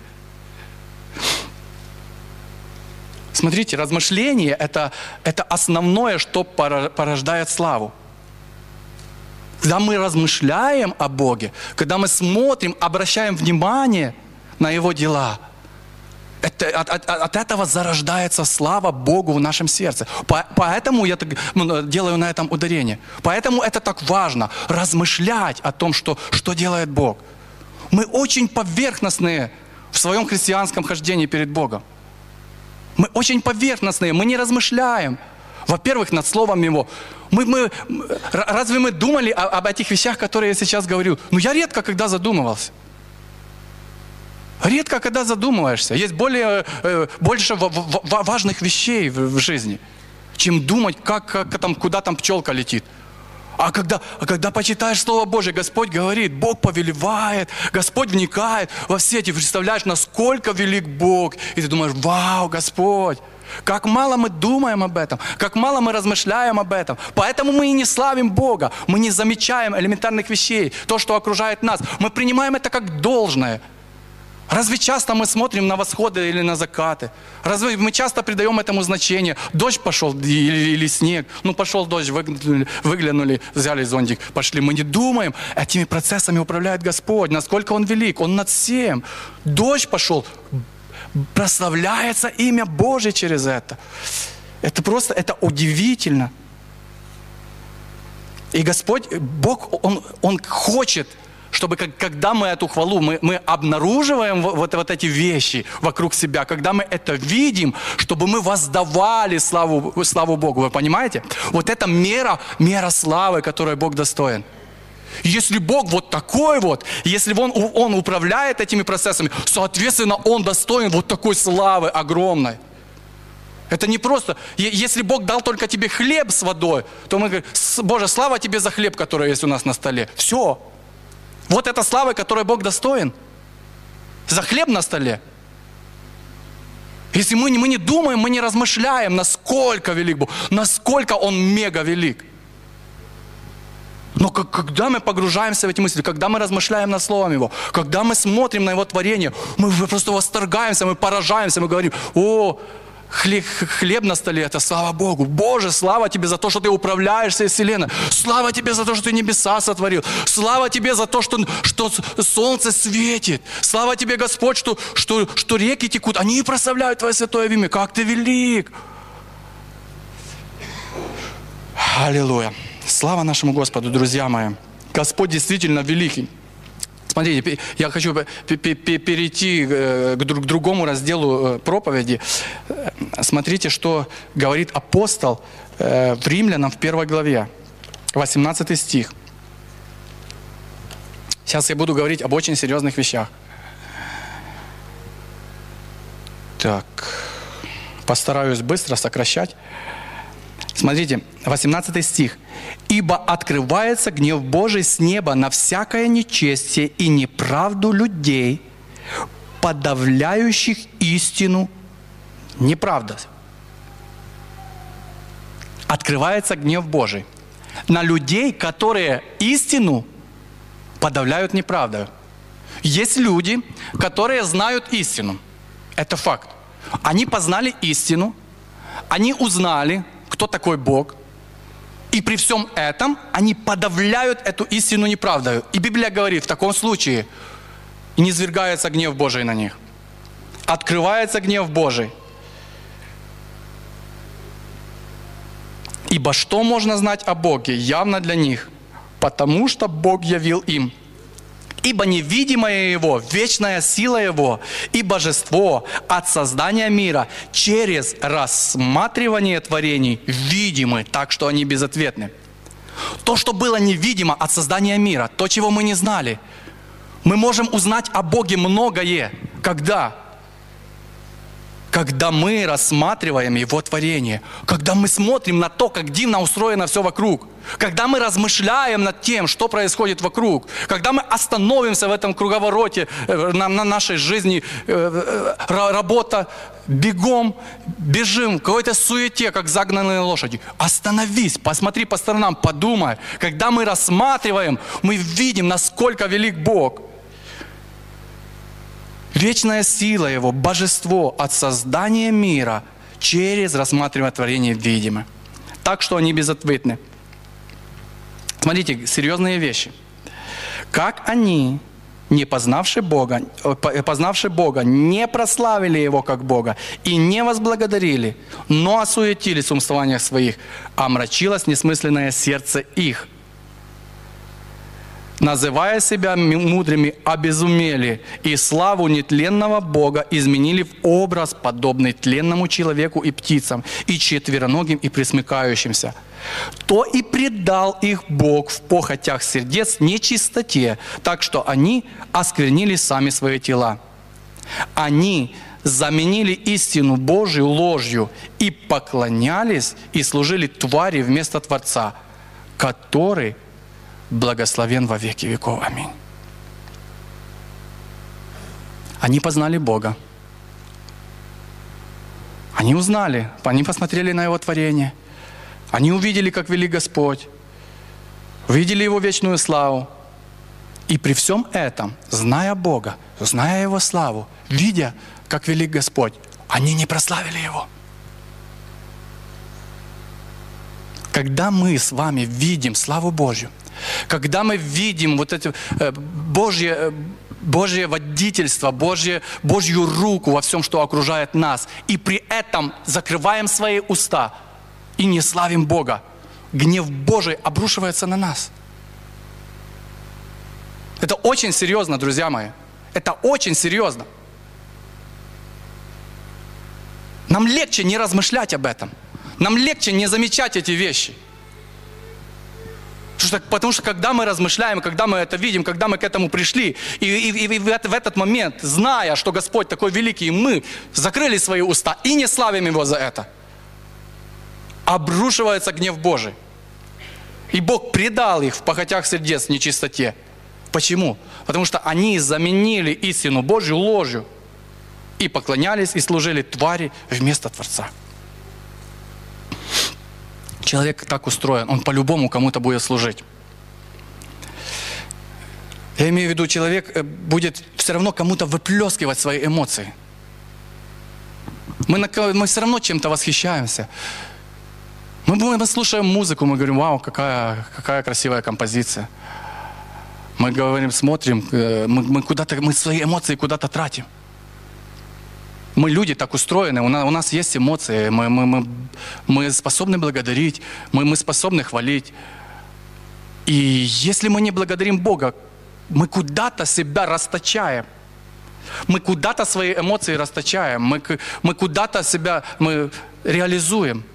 Смотрите, размышление это, – это основное, что порождает славу. Когда мы размышляем о Боге, когда мы смотрим, обращаем внимание на Его дела, это, от, от, от этого зарождается слава Богу в нашем сердце. По, поэтому я так, делаю на этом ударение. Поэтому это так важно – размышлять о том, что, что делает Бог. Мы очень поверхностные в своем христианском хождении перед Богом. Мы очень поверхностные, мы не размышляем. Во-первых, над Словом Его. Мы, мы, разве мы думали о, об этих вещах, которые я сейчас говорю? Ну, я редко когда задумывался. Редко когда задумываешься. Есть более, э, больше в, в, в, важных вещей в, в жизни, чем думать, как, как там, куда там пчелка летит. А когда, а когда почитаешь Слово Божие, Господь говорит, Бог повелевает, Господь вникает во все эти, представляешь, насколько велик Бог. И ты думаешь, вау, Господь, как мало мы думаем об этом, как мало мы размышляем об этом. Поэтому мы и не славим Бога, мы не замечаем элементарных вещей, то, что окружает нас. Мы принимаем это как должное. Разве часто мы смотрим на восходы или на закаты? Разве мы часто придаем этому значение? Дождь пошел или, или снег? Ну, пошел дождь, выглянули, выглянули, взяли зонтик, пошли. Мы не думаем, этими процессами управляет Господь. Насколько Он велик, Он над всем. Дождь пошел, прославляется имя Божие через это. Это просто, это удивительно. И Господь, Бог, Он, Он хочет, чтобы когда мы эту хвалу, мы, мы обнаруживаем вот, вот эти вещи вокруг себя, когда мы это видим, чтобы мы воздавали славу, славу Богу. Вы понимаете? Вот это мера, мера славы, которой Бог достоин. Если Бог вот такой вот, если Он, Он управляет этими процессами, соответственно, Он достоин вот такой славы огромной. Это не просто, если Бог дал только тебе хлеб с водой, то мы говорим, Боже, слава тебе за хлеб, который есть у нас на столе. Все. Вот эта слава, которой Бог достоин. За хлеб на столе. Если мы, мы не думаем, мы не размышляем, насколько велик Бог, насколько Он мега велик. Но как, когда мы погружаемся в эти мысли, когда мы размышляем над Словом Его, когда мы смотрим на Его творение, мы просто восторгаемся, мы поражаемся, мы говорим, о, Хлеб, хлеб на столе, это слава Богу. Боже, слава Тебе за то, что Ты управляешь всей вселенной. Слава Тебе за то, что Ты небеса сотворил. Слава Тебе за то, что, что солнце светит. Слава Тебе, Господь, что, что, что реки текут. Они прославляют Твое святое имя. Как Ты велик. Аллилуйя. Слава нашему Господу, друзья мои. Господь действительно великий. Смотрите, я хочу перейти к другому разделу проповеди. Смотрите, что говорит апостол в Римлянам в первой главе, восемнадцатый стих. Сейчас я буду говорить об очень серьезных вещах. Так, Постараюсь быстро сокращать. Смотрите, восемнадцатый стих. «Ибо открывается гнев Божий с неба на всякое нечестие и неправду людей, подавляющих истину неправдой». Открывается гнев Божий на людей, которые истину подавляют неправдой. Есть люди, которые знают истину. Это факт. Они познали истину, они узнали, кто такой Бог, и при всем этом они подавляют эту истину неправдою. И Библия говорит, в таком случае низвергается гнев Божий на них. Открывается гнев Божий. Ибо что можно знать о Боге явно для них? Потому что Бог явил им. Ибо невидимое Его, вечная сила Его и божество от создания мира через рассматривание творений видимы, так что они безответны. То, что было невидимо от создания мира, то, чего мы не знали, мы можем узнать о Боге многое. Когда? Когда мы рассматриваем Его творение, когда мы смотрим на то, как дивно устроено все вокруг, когда мы размышляем над тем, что происходит вокруг, когда мы остановимся в этом круговороте на, на нашей жизни, работа, бегом, бежим, в какой-то суете, как загнанные лошади. Остановись, посмотри по сторонам, подумай. Когда мы рассматриваем, мы видим, насколько велик Бог. Вечная сила Его, божество от создания мира через рассматривание творения видимо. Так что они безответны. Смотрите, серьезные вещи. Как они, не познавши Бога, познавши Бога, не прославили Его как Бога и не возблагодарили, но осуетились в умствованиях своих, омрачилось несмысленное сердце их. Называя себя мудрыми, обезумели, и славу нетленного Бога изменили в образ, подобный тленному человеку и птицам, и четвероногим, и пресмыкающимся. То и предал их Бог в похотях сердец нечистоте, так что они осквернили сами свои тела. Они заменили истину Божию ложью и поклонялись и служили твари вместо Творца, который благословен во веки веков. Аминь. Они познали Бога. Они узнали, они посмотрели на Его творение. Они увидели, как велик Господь. Увидели Его вечную славу. И при всем этом, зная Бога, зная Его славу, видя, как велик Господь, они не прославили Его. Когда мы с вами видим славу Божью, когда мы видим вот это э, Божье, Божье водительство, Божье, Божью руку во всем, что окружает нас, и при этом закрываем свои уста и не славим Бога, гнев Божий обрушивается на нас. Это очень серьезно, друзья мои. Это очень серьезно. Нам легче не размышлять об этом. Нам легче не замечать эти вещи. Потому что когда мы размышляем, когда мы это видим, когда мы к этому пришли, и, и, и в этот момент, зная, что Господь такой великий, мы закрыли свои уста и не славим Его за это, обрушивается гнев Божий. И Бог предал их в похотях сердец нечистоте. Почему? Потому что они заменили истину Божью ложью и поклонялись и служили твари вместо Творца. Человек так устроен, он по-любому кому-то будет служить. Я имею в виду, человек будет все равно кому-то выплескивать свои эмоции. Мы, на, мы все равно чем-то восхищаемся. Мы, мы слушаем музыку, мы говорим, вау, какая, какая красивая композиция. Мы говорим, смотрим, мы, мы, куда-то, мы свои эмоции куда-то тратим. Мы люди так устроены, у нас, у нас есть эмоции, мы, мы, мы, мы способны благодарить, мы, мы способны хвалить. И если мы не благодарим Бога, мы куда-то себя расточаем. Мы куда-то свои эмоции расточаем, мы, мы куда-то себя мы реализуем.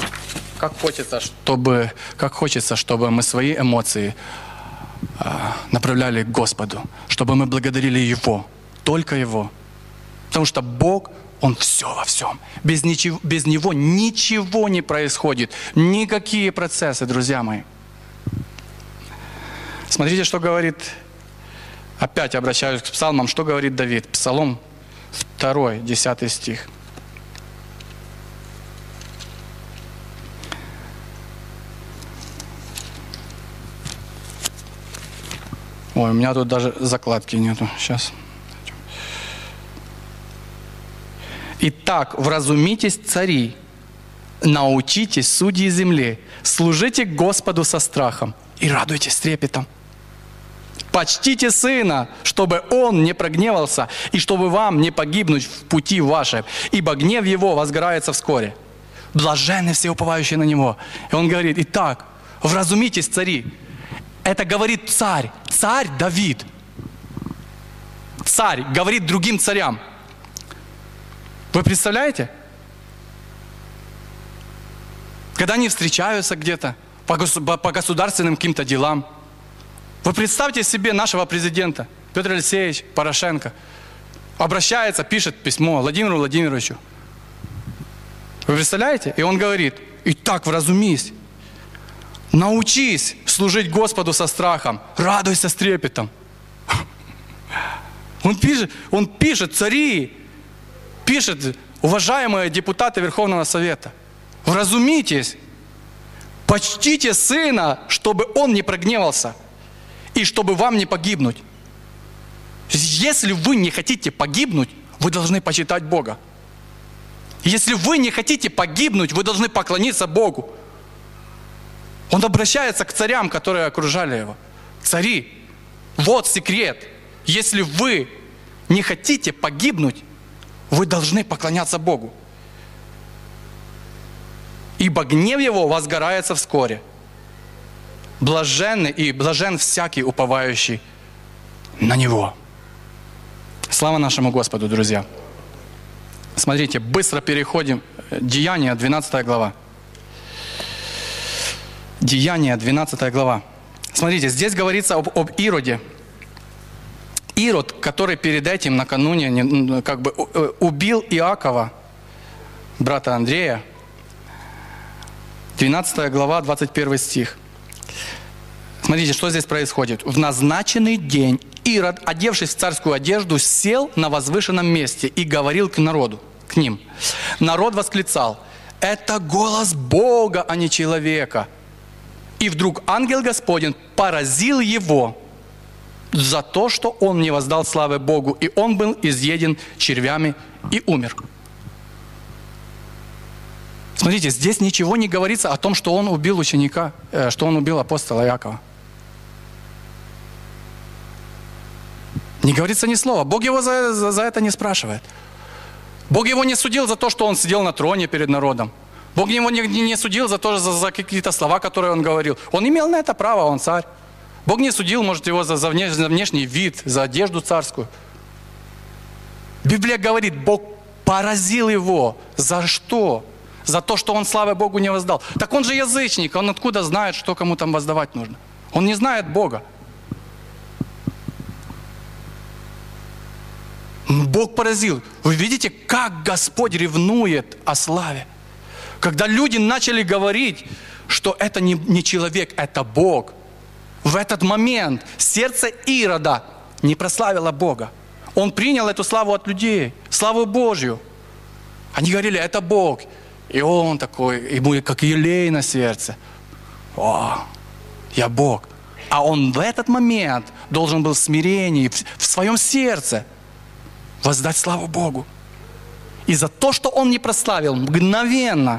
Как хочется, чтобы, как хочется, чтобы мы свои эмоции направляли к Господу, чтобы мы благодарили Его, только Его. Потому что Бог, Он все во всем. Без, ничего, без Него ничего не происходит. Никакие процессы, друзья мои. Смотрите, что говорит, опять обращаюсь к псалмам, что говорит Давид. Псалом два, десятый стих. Ой, у меня тут даже закладки нету. Сейчас. Итак, вразумитесь, цари, научитесь, судьи земли, служите Господу со страхом и радуйтесь трепетом. Почтите Сына, чтобы Он не прогневался, и чтобы вам не погибнуть в пути вашем, ибо гнев Его возгорается вскоре. Блаженны все уповающие на Него. И Он говорит, итак, вразумитесь, цари. Это говорит царь, царь Давид. Царь говорит другим царям. Вы представляете? Когда они встречаются где-то по, госу- по государственным каким-то делам. Вы представьте себе нашего президента, Петр Алексеевич Порошенко, обращается, пишет письмо Владимиру Владимировичу. Вы представляете? И он говорит, итак, вразумись. Научись служить Господу со страхом, радуйся с трепетом. Он пишет, он пишет, цари, пишет, уважаемые депутаты Верховного Совета, вразумитесь, почтите Сына, чтобы Он не прогневался, и чтобы вам не погибнуть. Если вы не хотите погибнуть, вы должны почитать Бога. Если вы не хотите погибнуть, вы должны поклониться Богу. Он обращается к царям, которые окружали его. Цари, вот секрет. Если вы не хотите погибнуть, вы должны поклоняться Богу. Ибо гнев Его возгорается вскоре. Блаженный и блажен всякий, уповающий на Него. Слава нашему Господу, друзья. Смотрите, быстро переходим. Деяния, двенадцатая глава. Деяния, двенадцатая глава. Смотрите, здесь говорится об, об Ироде. Ирод, который перед этим, накануне, как бы убил Иакова, брата Андрея. двенадцатая глава, двадцать первый стих. Смотрите, что здесь происходит. В назначенный день Ирод, одевшись в царскую одежду, сел на возвышенном месте и говорил к народу, к ним. Народ восклицал: «Это голос Бога, а не человека». И вдруг ангел Господень поразил его за то, что он не воздал славы Богу, и он был изъеден червями и умер. Смотрите, здесь ничего не говорится о том, что он убил ученика, что он убил апостола Иакова. Не говорится ни слова. Бог его за, за, за это не спрашивает. Бог его не судил за то, что он сидел на троне перед народом. Бог его не, не судил за, то, за, за какие-то слова, которые он говорил. Он имел на это право, он царь. Бог не судил, может, его за, за, внеш, за внешний вид, за одежду царскую. Библия говорит, Бог поразил его. За что? За то, что он славы Богу не воздал. Так он же язычник, он откуда знает, что кому там воздавать нужно? Он не знает Бога. Бог поразил. Вы видите, как Господь ревнует о славе. Когда люди начали говорить, что это не, не человек, это Бог, в этот момент сердце Ирода не прославило Бога. Он принял эту славу от людей, славу Божью. Они говорили, это Бог. И он такой, ему как елей на сердце. О, я Бог. А он в этот момент должен был в смирении, в, в своем сердце воздать славу Богу. И за то, что он не прославил, мгновенно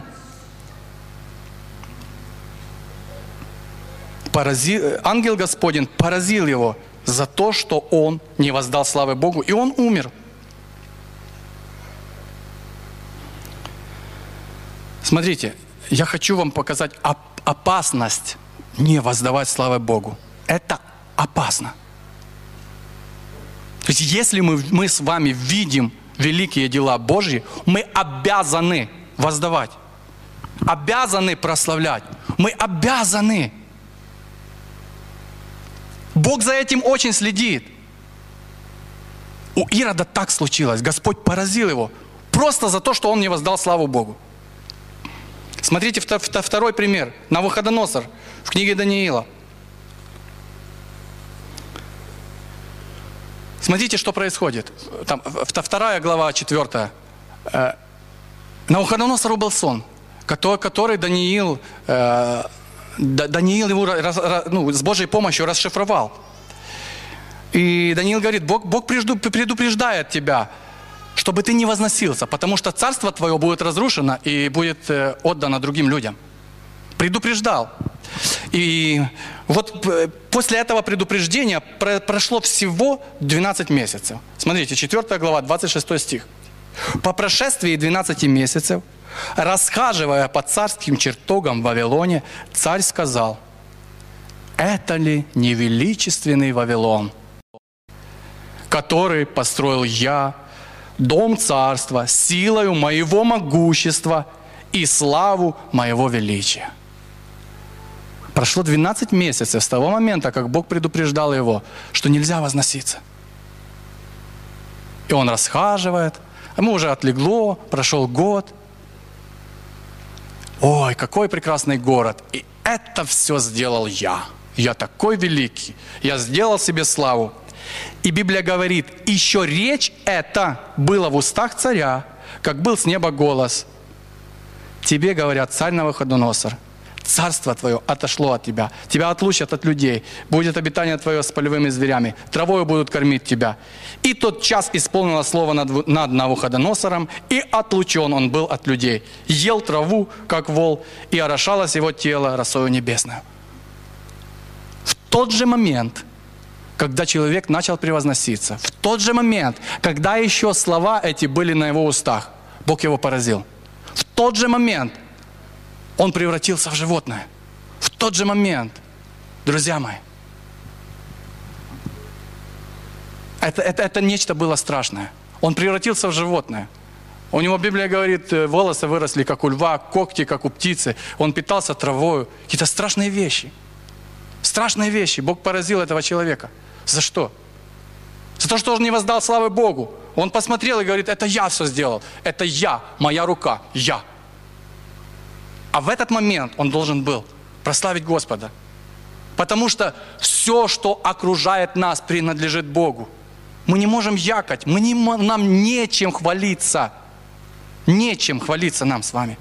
поразил, ангел Господень поразил его за то, что он не воздал славы Богу, и он умер. Смотрите, я хочу вам показать опасность не воздавать славы Богу. Это опасно. То есть, если мы, мы с вами видим великие дела Божьи, мы обязаны воздавать, обязаны прославлять, мы обязаны. Бог за этим очень следит. У Ирода так случилось. Господь поразил его просто за то, что он не воздал славу Богу. Смотрите второй пример. Навуходоносор в книге Даниила. Смотрите, что происходит. Там, вторая глава, четвертая. Навуходоносору был сон, который, который Даниил, э, Даниил его ну, с Божьей помощью расшифровал. И Даниил говорит, Бог, Бог предупреждает тебя, чтобы ты не возносился, потому что царство твое будет разрушено и будет э, отдано другим людям. Предупреждал. И вот после этого предупреждения прошло всего двенадцать месяцев. Смотрите, четвёртая глава, двадцать шестой стих. «По прошествии двенадцати месяцев, расхаживая по царским чертогам в Вавилоне, царь сказал, это ли не величественный Вавилон, который построил я, дом царства, силою моего могущества и славу моего величия». Прошло двенадцать месяцев с того момента, как Бог предупреждал его, что нельзя возноситься. И он расхаживает, ему уже отлегло, прошел год. Ой, какой прекрасный город. И это все сделал я. Я такой великий. Я сделал себе славу. И Библия говорит, еще речь эта была в устах царя, как был с неба голос. Тебе говорят, царь Навуходоносор, царство твое отошло от тебя. Тебя отлучат от людей. Будет обитание твое с полевыми зверями. Травою будут кормить тебя. И тот час исполнило слово над, над Навуходоносором, и отлучен он был от людей. Ел траву, как вол, и орошалось его тело росою небесную. В тот же момент, когда человек начал превозноситься, в тот же момент, когда еще слова эти были на его устах, Бог его поразил. В тот же момент он превратился в животное. В тот же момент, друзья мои, это, это, это нечто было страшное. Он превратился в животное. У него, Библия говорит, волосы выросли, как у льва, когти, как у птицы. Он питался травою. Какие-то страшные вещи. Страшные вещи. Бог поразил этого человека. За что? За то, что он не воздал славы Богу. Он посмотрел и говорит, это я все сделал. Это я, моя рука, я. А в этот момент он должен был прославить Господа. Потому что все, что окружает нас, принадлежит Богу. Мы не можем якать, мы не, нам нечем хвалиться. Нечем хвалиться нам с вами.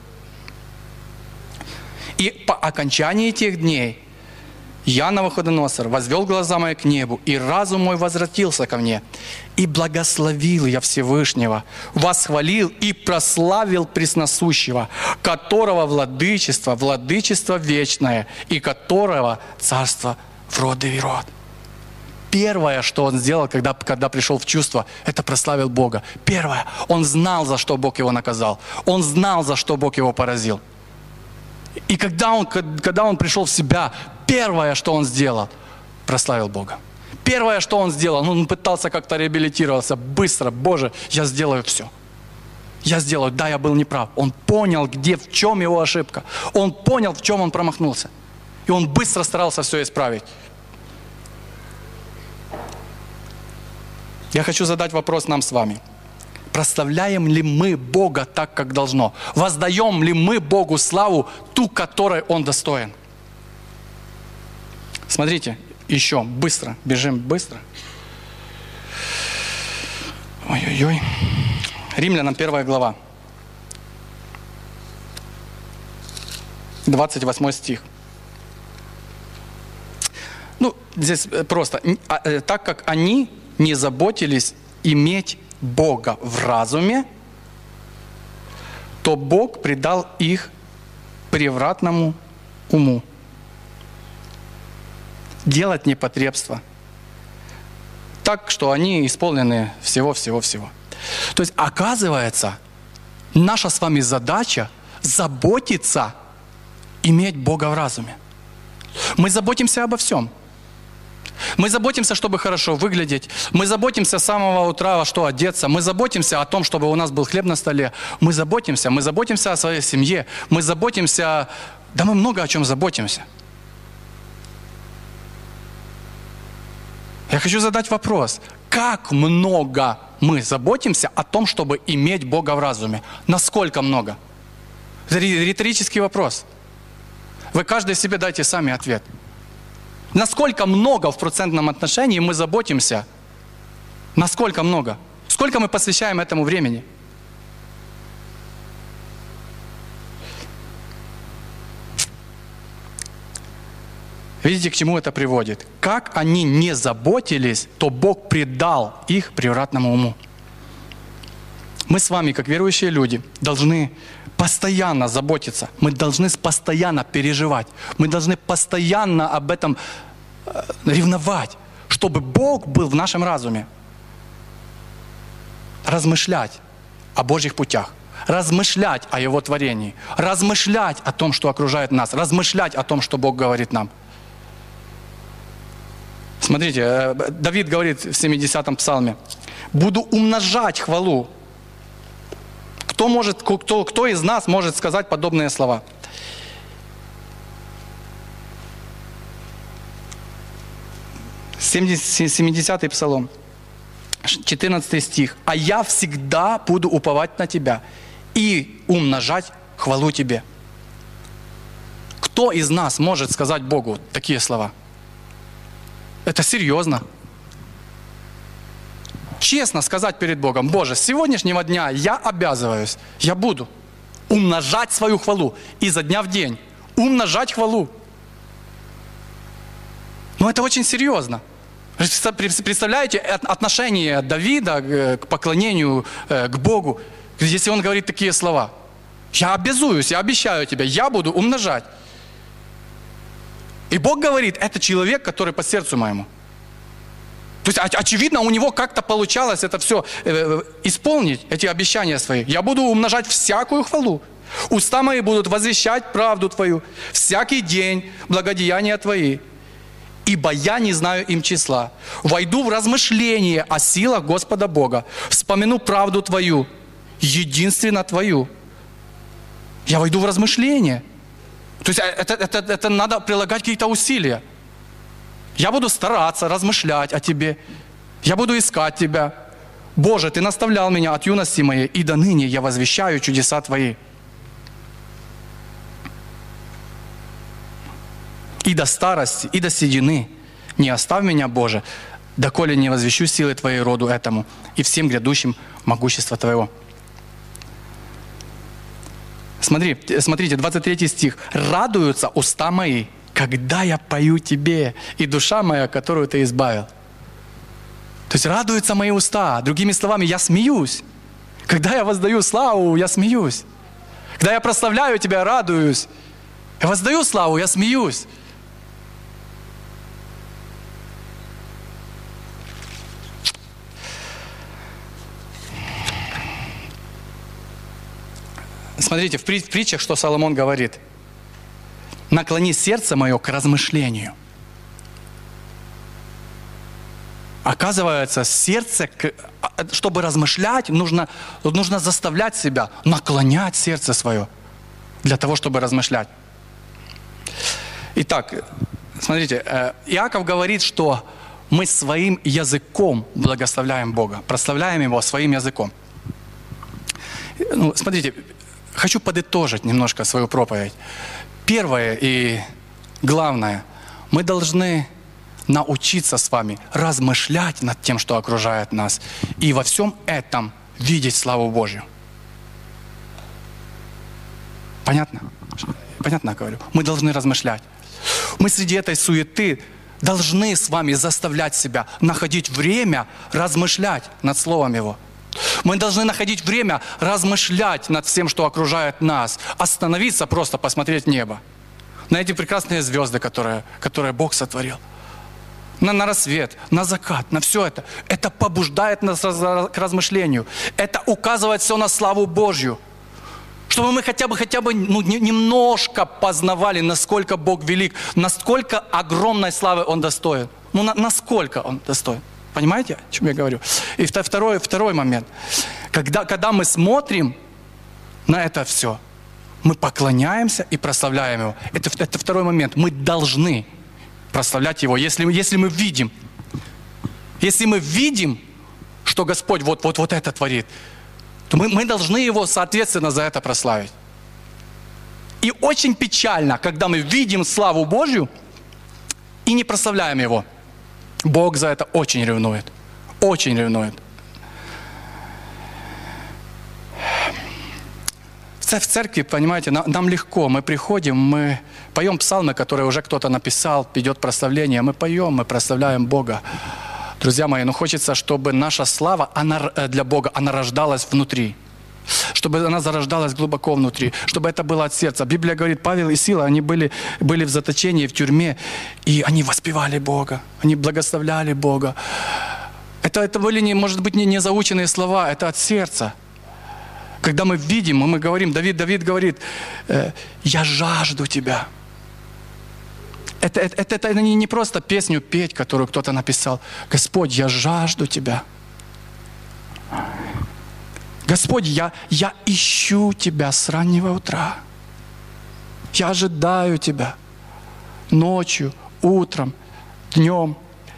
И по окончании тех дней я, Навуходоносор, возвел глаза мои к небу, и разум мой возвратился ко мне. И благословил я Всевышнего, восхвалил и прославил Пресносущего, которого владычество, владычество вечное, и которого царство в роды и род. Первое, что он сделал, когда, когда пришел в чувство, это прославил Бога. Первое, он знал, за что Бог его наказал. Он знал, за что Бог его поразил. И когда он, когда он пришел в себя, первое, что он сделал, прославил Бога. Первое, что он сделал, он пытался как-то реабилитироваться. Быстро, Боже, я сделаю все. Я сделаю, да, я был неправ. Он понял, где, в чем его ошибка. Он понял, в чем он промахнулся. И он быстро старался все исправить. Я хочу задать вопрос нам с вами. Прославляем ли мы Бога так, как должно? Воздаем ли мы Богу славу, ту, которой Он достоин? Смотрите, еще быстро, бежим быстро. Ой-ой-ой. Римлянам первая глава. двадцать восьмой стих. Ну, здесь просто. Так как они не заботились иметь Бога в разуме, то Бог предал их превратному уму. Делать непотребство. Так, что они исполнены всего-всего-всего. То есть, оказывается, наша с вами задача заботиться, иметь Бога в разуме. Мы заботимся обо всем. Мы заботимся, чтобы хорошо выглядеть. Мы заботимся с самого утра, во что одеться. Мы заботимся о том, чтобы у нас был хлеб на столе. Мы заботимся. Мы заботимся о своей семье. Мы заботимся... Да мы много о чем заботимся. Я хочу задать вопрос. Как много мы заботимся о том, чтобы иметь Бога в разуме? Насколько много? Это риторический вопрос. Вы каждый себе дайте сами ответ. Насколько много в процентном отношении мы заботимся? Насколько много? Сколько мы посвящаем этому времени? Видите, к чему это приводит? Как они не заботились, то Бог предал их превратному уму. Мы с вами, как верующие люди, должны постоянно заботиться. Мы должны постоянно переживать. Мы должны постоянно об этом ревновать, чтобы Бог был в нашем разуме. Размышлять о Божьих путях. Размышлять о Его творении. Размышлять о том, что окружает нас. Размышлять о том, что Бог говорит нам. Смотрите, Давид говорит в семидесятом псалме: «Буду умножать хвалу». Кто, может, кто, кто из нас может сказать подобные слова? семидесятый псалом, четырнадцатый стих. «А я всегда буду уповать на Тебя и умножать хвалу Тебе». Кто из нас может сказать Богу такие слова? Это серьезно. Честно сказать перед Богом: Боже, с сегодняшнего дня я обязываюсь, я буду умножать свою хвалу изо дня в день. Умножать хвалу. Но это очень серьезно. Представляете отношение Давида к поклонению к Богу, если он говорит такие слова: я обязуюсь, я обещаю тебе, я буду умножать. И Бог говорит: это человек, который по сердцу моему. То есть, очевидно, у него как-то получалось это все исполнить, эти обещания свои. Я буду умножать всякую хвалу. Уста мои будут возвещать правду Твою всякий день, благодеяния Твои. Ибо я не знаю им числа. Войду в размышление о силах Господа Бога. Вспомяну правду Твою, единственно Твою. Я войду в размышление. То есть это, это, это надо прилагать какие-то усилия. Я буду стараться размышлять о Тебе. Я буду искать Тебя. Боже, Ты наставлял меня от юности моей, и до ныне я возвещаю чудеса Твои. И до старости, и до седины не оставь меня, Боже, доколе не возвещу силы Твоей роду этому и всем грядущим могущества Твоего. Смотри, смотрите, двадцать третий стих. «Радуются уста мои, когда я пою Тебе, и душа моя, которую Ты избавил». То есть радуются мои уста. Другими словами, я смеюсь. Когда я воздаю славу, я смеюсь. Когда я прославляю Тебя, я радуюсь. Я воздаю славу, я смеюсь. Смотрите, в притчах, что Соломон говорит: «Наклони сердце мое к размышлению». Оказывается, сердце, чтобы размышлять, нужно, нужно заставлять себя, наклонять сердце свое для того, чтобы размышлять. Итак, смотрите, Иаков говорит, что мы своим языком благословляем Бога, прославляем Его своим языком. Ну, смотрите, хочу подытожить немножко свою проповедь. Первое и главное, мы должны научиться с вами размышлять над тем, что окружает нас, и во всем этом видеть славу Божью. Понятно? Понятно, я говорю? Мы должны размышлять. Мы среди этой суеты должны с вами заставлять себя находить время размышлять над Словом Его. Мы должны находить время размышлять над всем, что окружает нас. Остановиться, просто посмотреть в небо. На эти прекрасные звезды, которые, которые Бог сотворил. На, на рассвет, на закат, на все это. Это побуждает нас к размышлению. Это указывает все на славу Божью. Чтобы мы хотя бы, хотя бы ну, немножко познавали, насколько Бог велик, насколько огромной славы Он достоин. Ну, на, насколько Он достоин. Понимаете, о чем я говорю? И второй, второй момент. Когда, когда мы смотрим на это все, мы поклоняемся и прославляем Его. Это, это второй момент. Мы должны прославлять Его, если, если мы видим. Если мы видим, что Господь вот, вот, вот это творит, то мы, мы должны Его, соответственно, за это прославить. И очень печально, когда мы видим славу Божью и не прославляем Его. Бог за это очень ревнует. Очень ревнует. В церкви, понимаете, нам легко. Мы приходим, мы поем псалмы, которые уже кто-то написал, идет прославление. Мы поем, мы прославляем Бога. Друзья мои, ну хочется, чтобы наша слава она, для Бога, она рождалась внутри. Чтобы она зарождалась глубоко внутри. Чтобы это было от сердца. Библия говорит, Павел и Сила, они были, были в заточении, в тюрьме, и они воспевали Бога. Они благословляли Бога. Это, это были, не, может быть, не, не заученные слова, это от сердца. Когда мы видим, и мы говорим, Давид, Давид говорит, «Я жажду Тебя». Это, это, это, это не, не просто песню петь, которую кто-то написал. Господь, я жажду Тебя. Господь, я, я ищу Тебя с раннего утра. Я ожидаю Тебя ночью, утром, днем.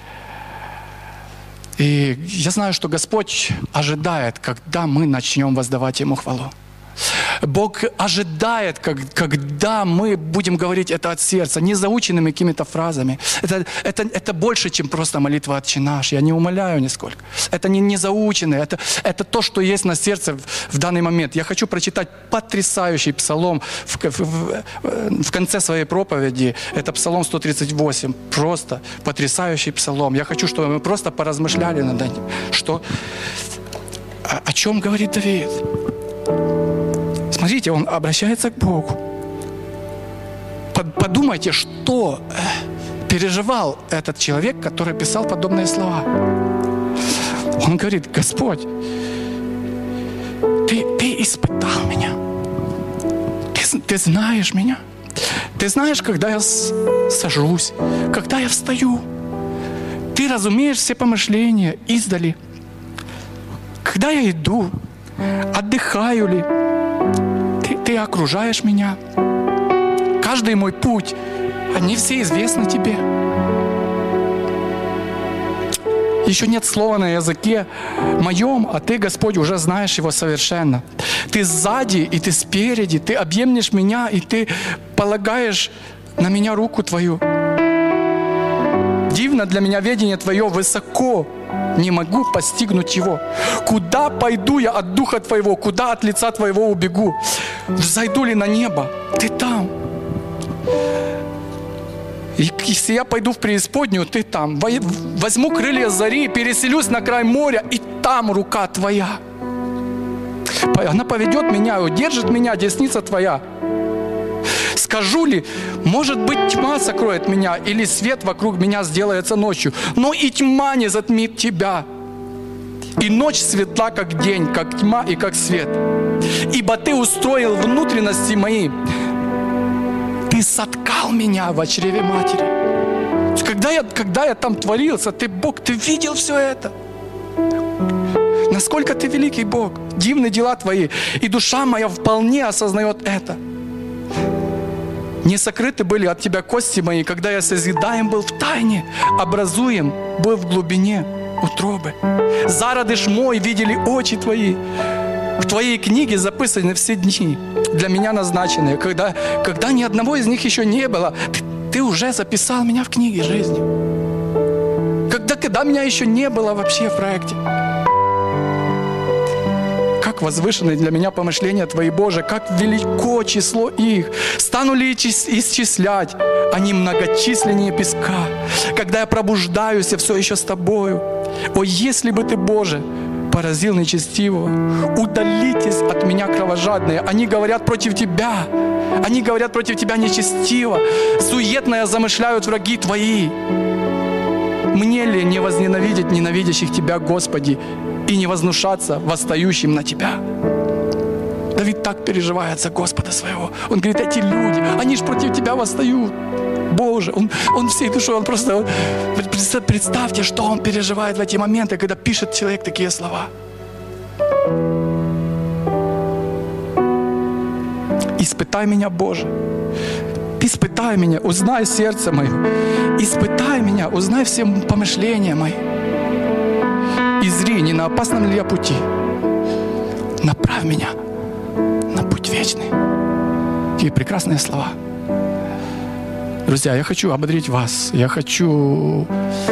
И я знаю, что Господь ожидает, когда мы начнем воздавать Ему хвалу. Бог ожидает, как, когда мы будем говорить это от сердца, не заученными какими-то фразами. Это, это, это больше, чем просто молитва «Отче наш». Я не умоляю нисколько. Это не, не заученное, это, это то, что есть на сердце в, в данный момент. Я хочу прочитать потрясающий псалом в, в, в, в конце своей проповеди. Это псалом сто тридцать восемь. Просто потрясающий псалом. Я хочу, чтобы мы просто поразмышляли над этим. Что, о, о чем говорит Давид? Смотрите, он обращается к Богу. Подумайте, что переживал этот человек, который писал подобные слова. Он говорит, Господь, ты, ты испытал меня. Ты, ты знаешь меня. Ты знаешь, когда я сажусь, когда я встаю. Ты разумеешь все помышления издали. Когда я иду, отдыхаю ли, ты, ты окружаешь меня. Каждый мой путь, они все известны Тебе. Еще нет слова на языке моем, а Ты, Господь, уже знаешь его совершенно. Ты сзади, и Ты спереди, Ты объемлешь меня, и Ты полагаешь на меня руку Твою. Дивно для меня ведение Твое высоко, не могу постигнуть его. Куда пойду я от Духа Твоего, куда от лица Твоего убегу? Взойду ли на небо? Ты там. И если я пойду в преисподнюю, Ты там. Возьму крылья зари, переселюсь на край моря, и там рука Твоя. Она поведет меня, удержит меня, десница Твоя. Скажу ли, может быть, тьма сокроет меня, или свет вокруг меня сделается ночью, но и тьма не затмит Тебя. И ночь светла, как день, как тьма и как свет. Ибо Ты устроил внутренности мои. Ты соткал меня в чреве матери. Когда я, когда я там творился, Ты, Бог, Ты видел все это. Насколько Ты великий Бог, дивны дела Твои, и душа моя вполне осознает это. Не сокрыты были от Тебя кости мои, когда я созидаем был в тайне, образуем был в глубине утробы. Зародыш мой видели очи Твои. В Твоей книге записаны все дни, для меня назначенные, когда, когда ни одного из них еще не было. Ты, ты уже записал меня в книге жизни. Когда, когда меня еще не было вообще в проекте. Как возвышены для меня помышления Твои, Боже, как велико число их. Стану ли исчислять? Они многочисленнее песка. Когда я пробуждаюсь, я все еще с Тобою. О, если бы Ты, Боже, поразил нечестивого, удалитесь от меня, кровожадные. Они говорят против Тебя. Они говорят против Тебя нечестиво. Суетное замышляют враги Твои. Мне ли не возненавидеть ненавидящих Тебя, Господи, и не вознушаться восстающим на Тебя? Давид так переживает за Господа своего. Он говорит, эти люди, они же против Тебя восстают. Боже, он, он всей душой, он просто... Он, представьте, что он переживает в эти моменты, когда пишет человек такие слова. Испытай меня, Боже. Испытай меня, узнай сердце мое. Испытай меня, узнай все помышления мои. Смотри, не на опасном ли я пути. Направь меня на путь вечный. Какие прекрасные слова. Друзья, я хочу ободрить вас. Я хочу,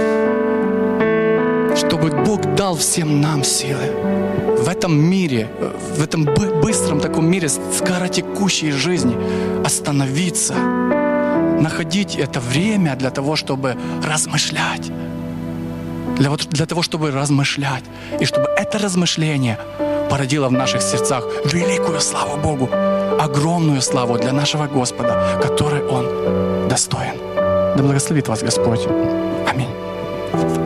чтобы Бог дал всем нам силы в этом мире, в этом быстром таком мире скоротекущей жизни остановиться, находить это время для того, чтобы размышлять. Для, вот, для того, чтобы размышлять. И чтобы это размышление породило в наших сердцах великую славу Богу, огромную славу для нашего Господа, которой Он достоин. Да благословит вас Господь. Аминь.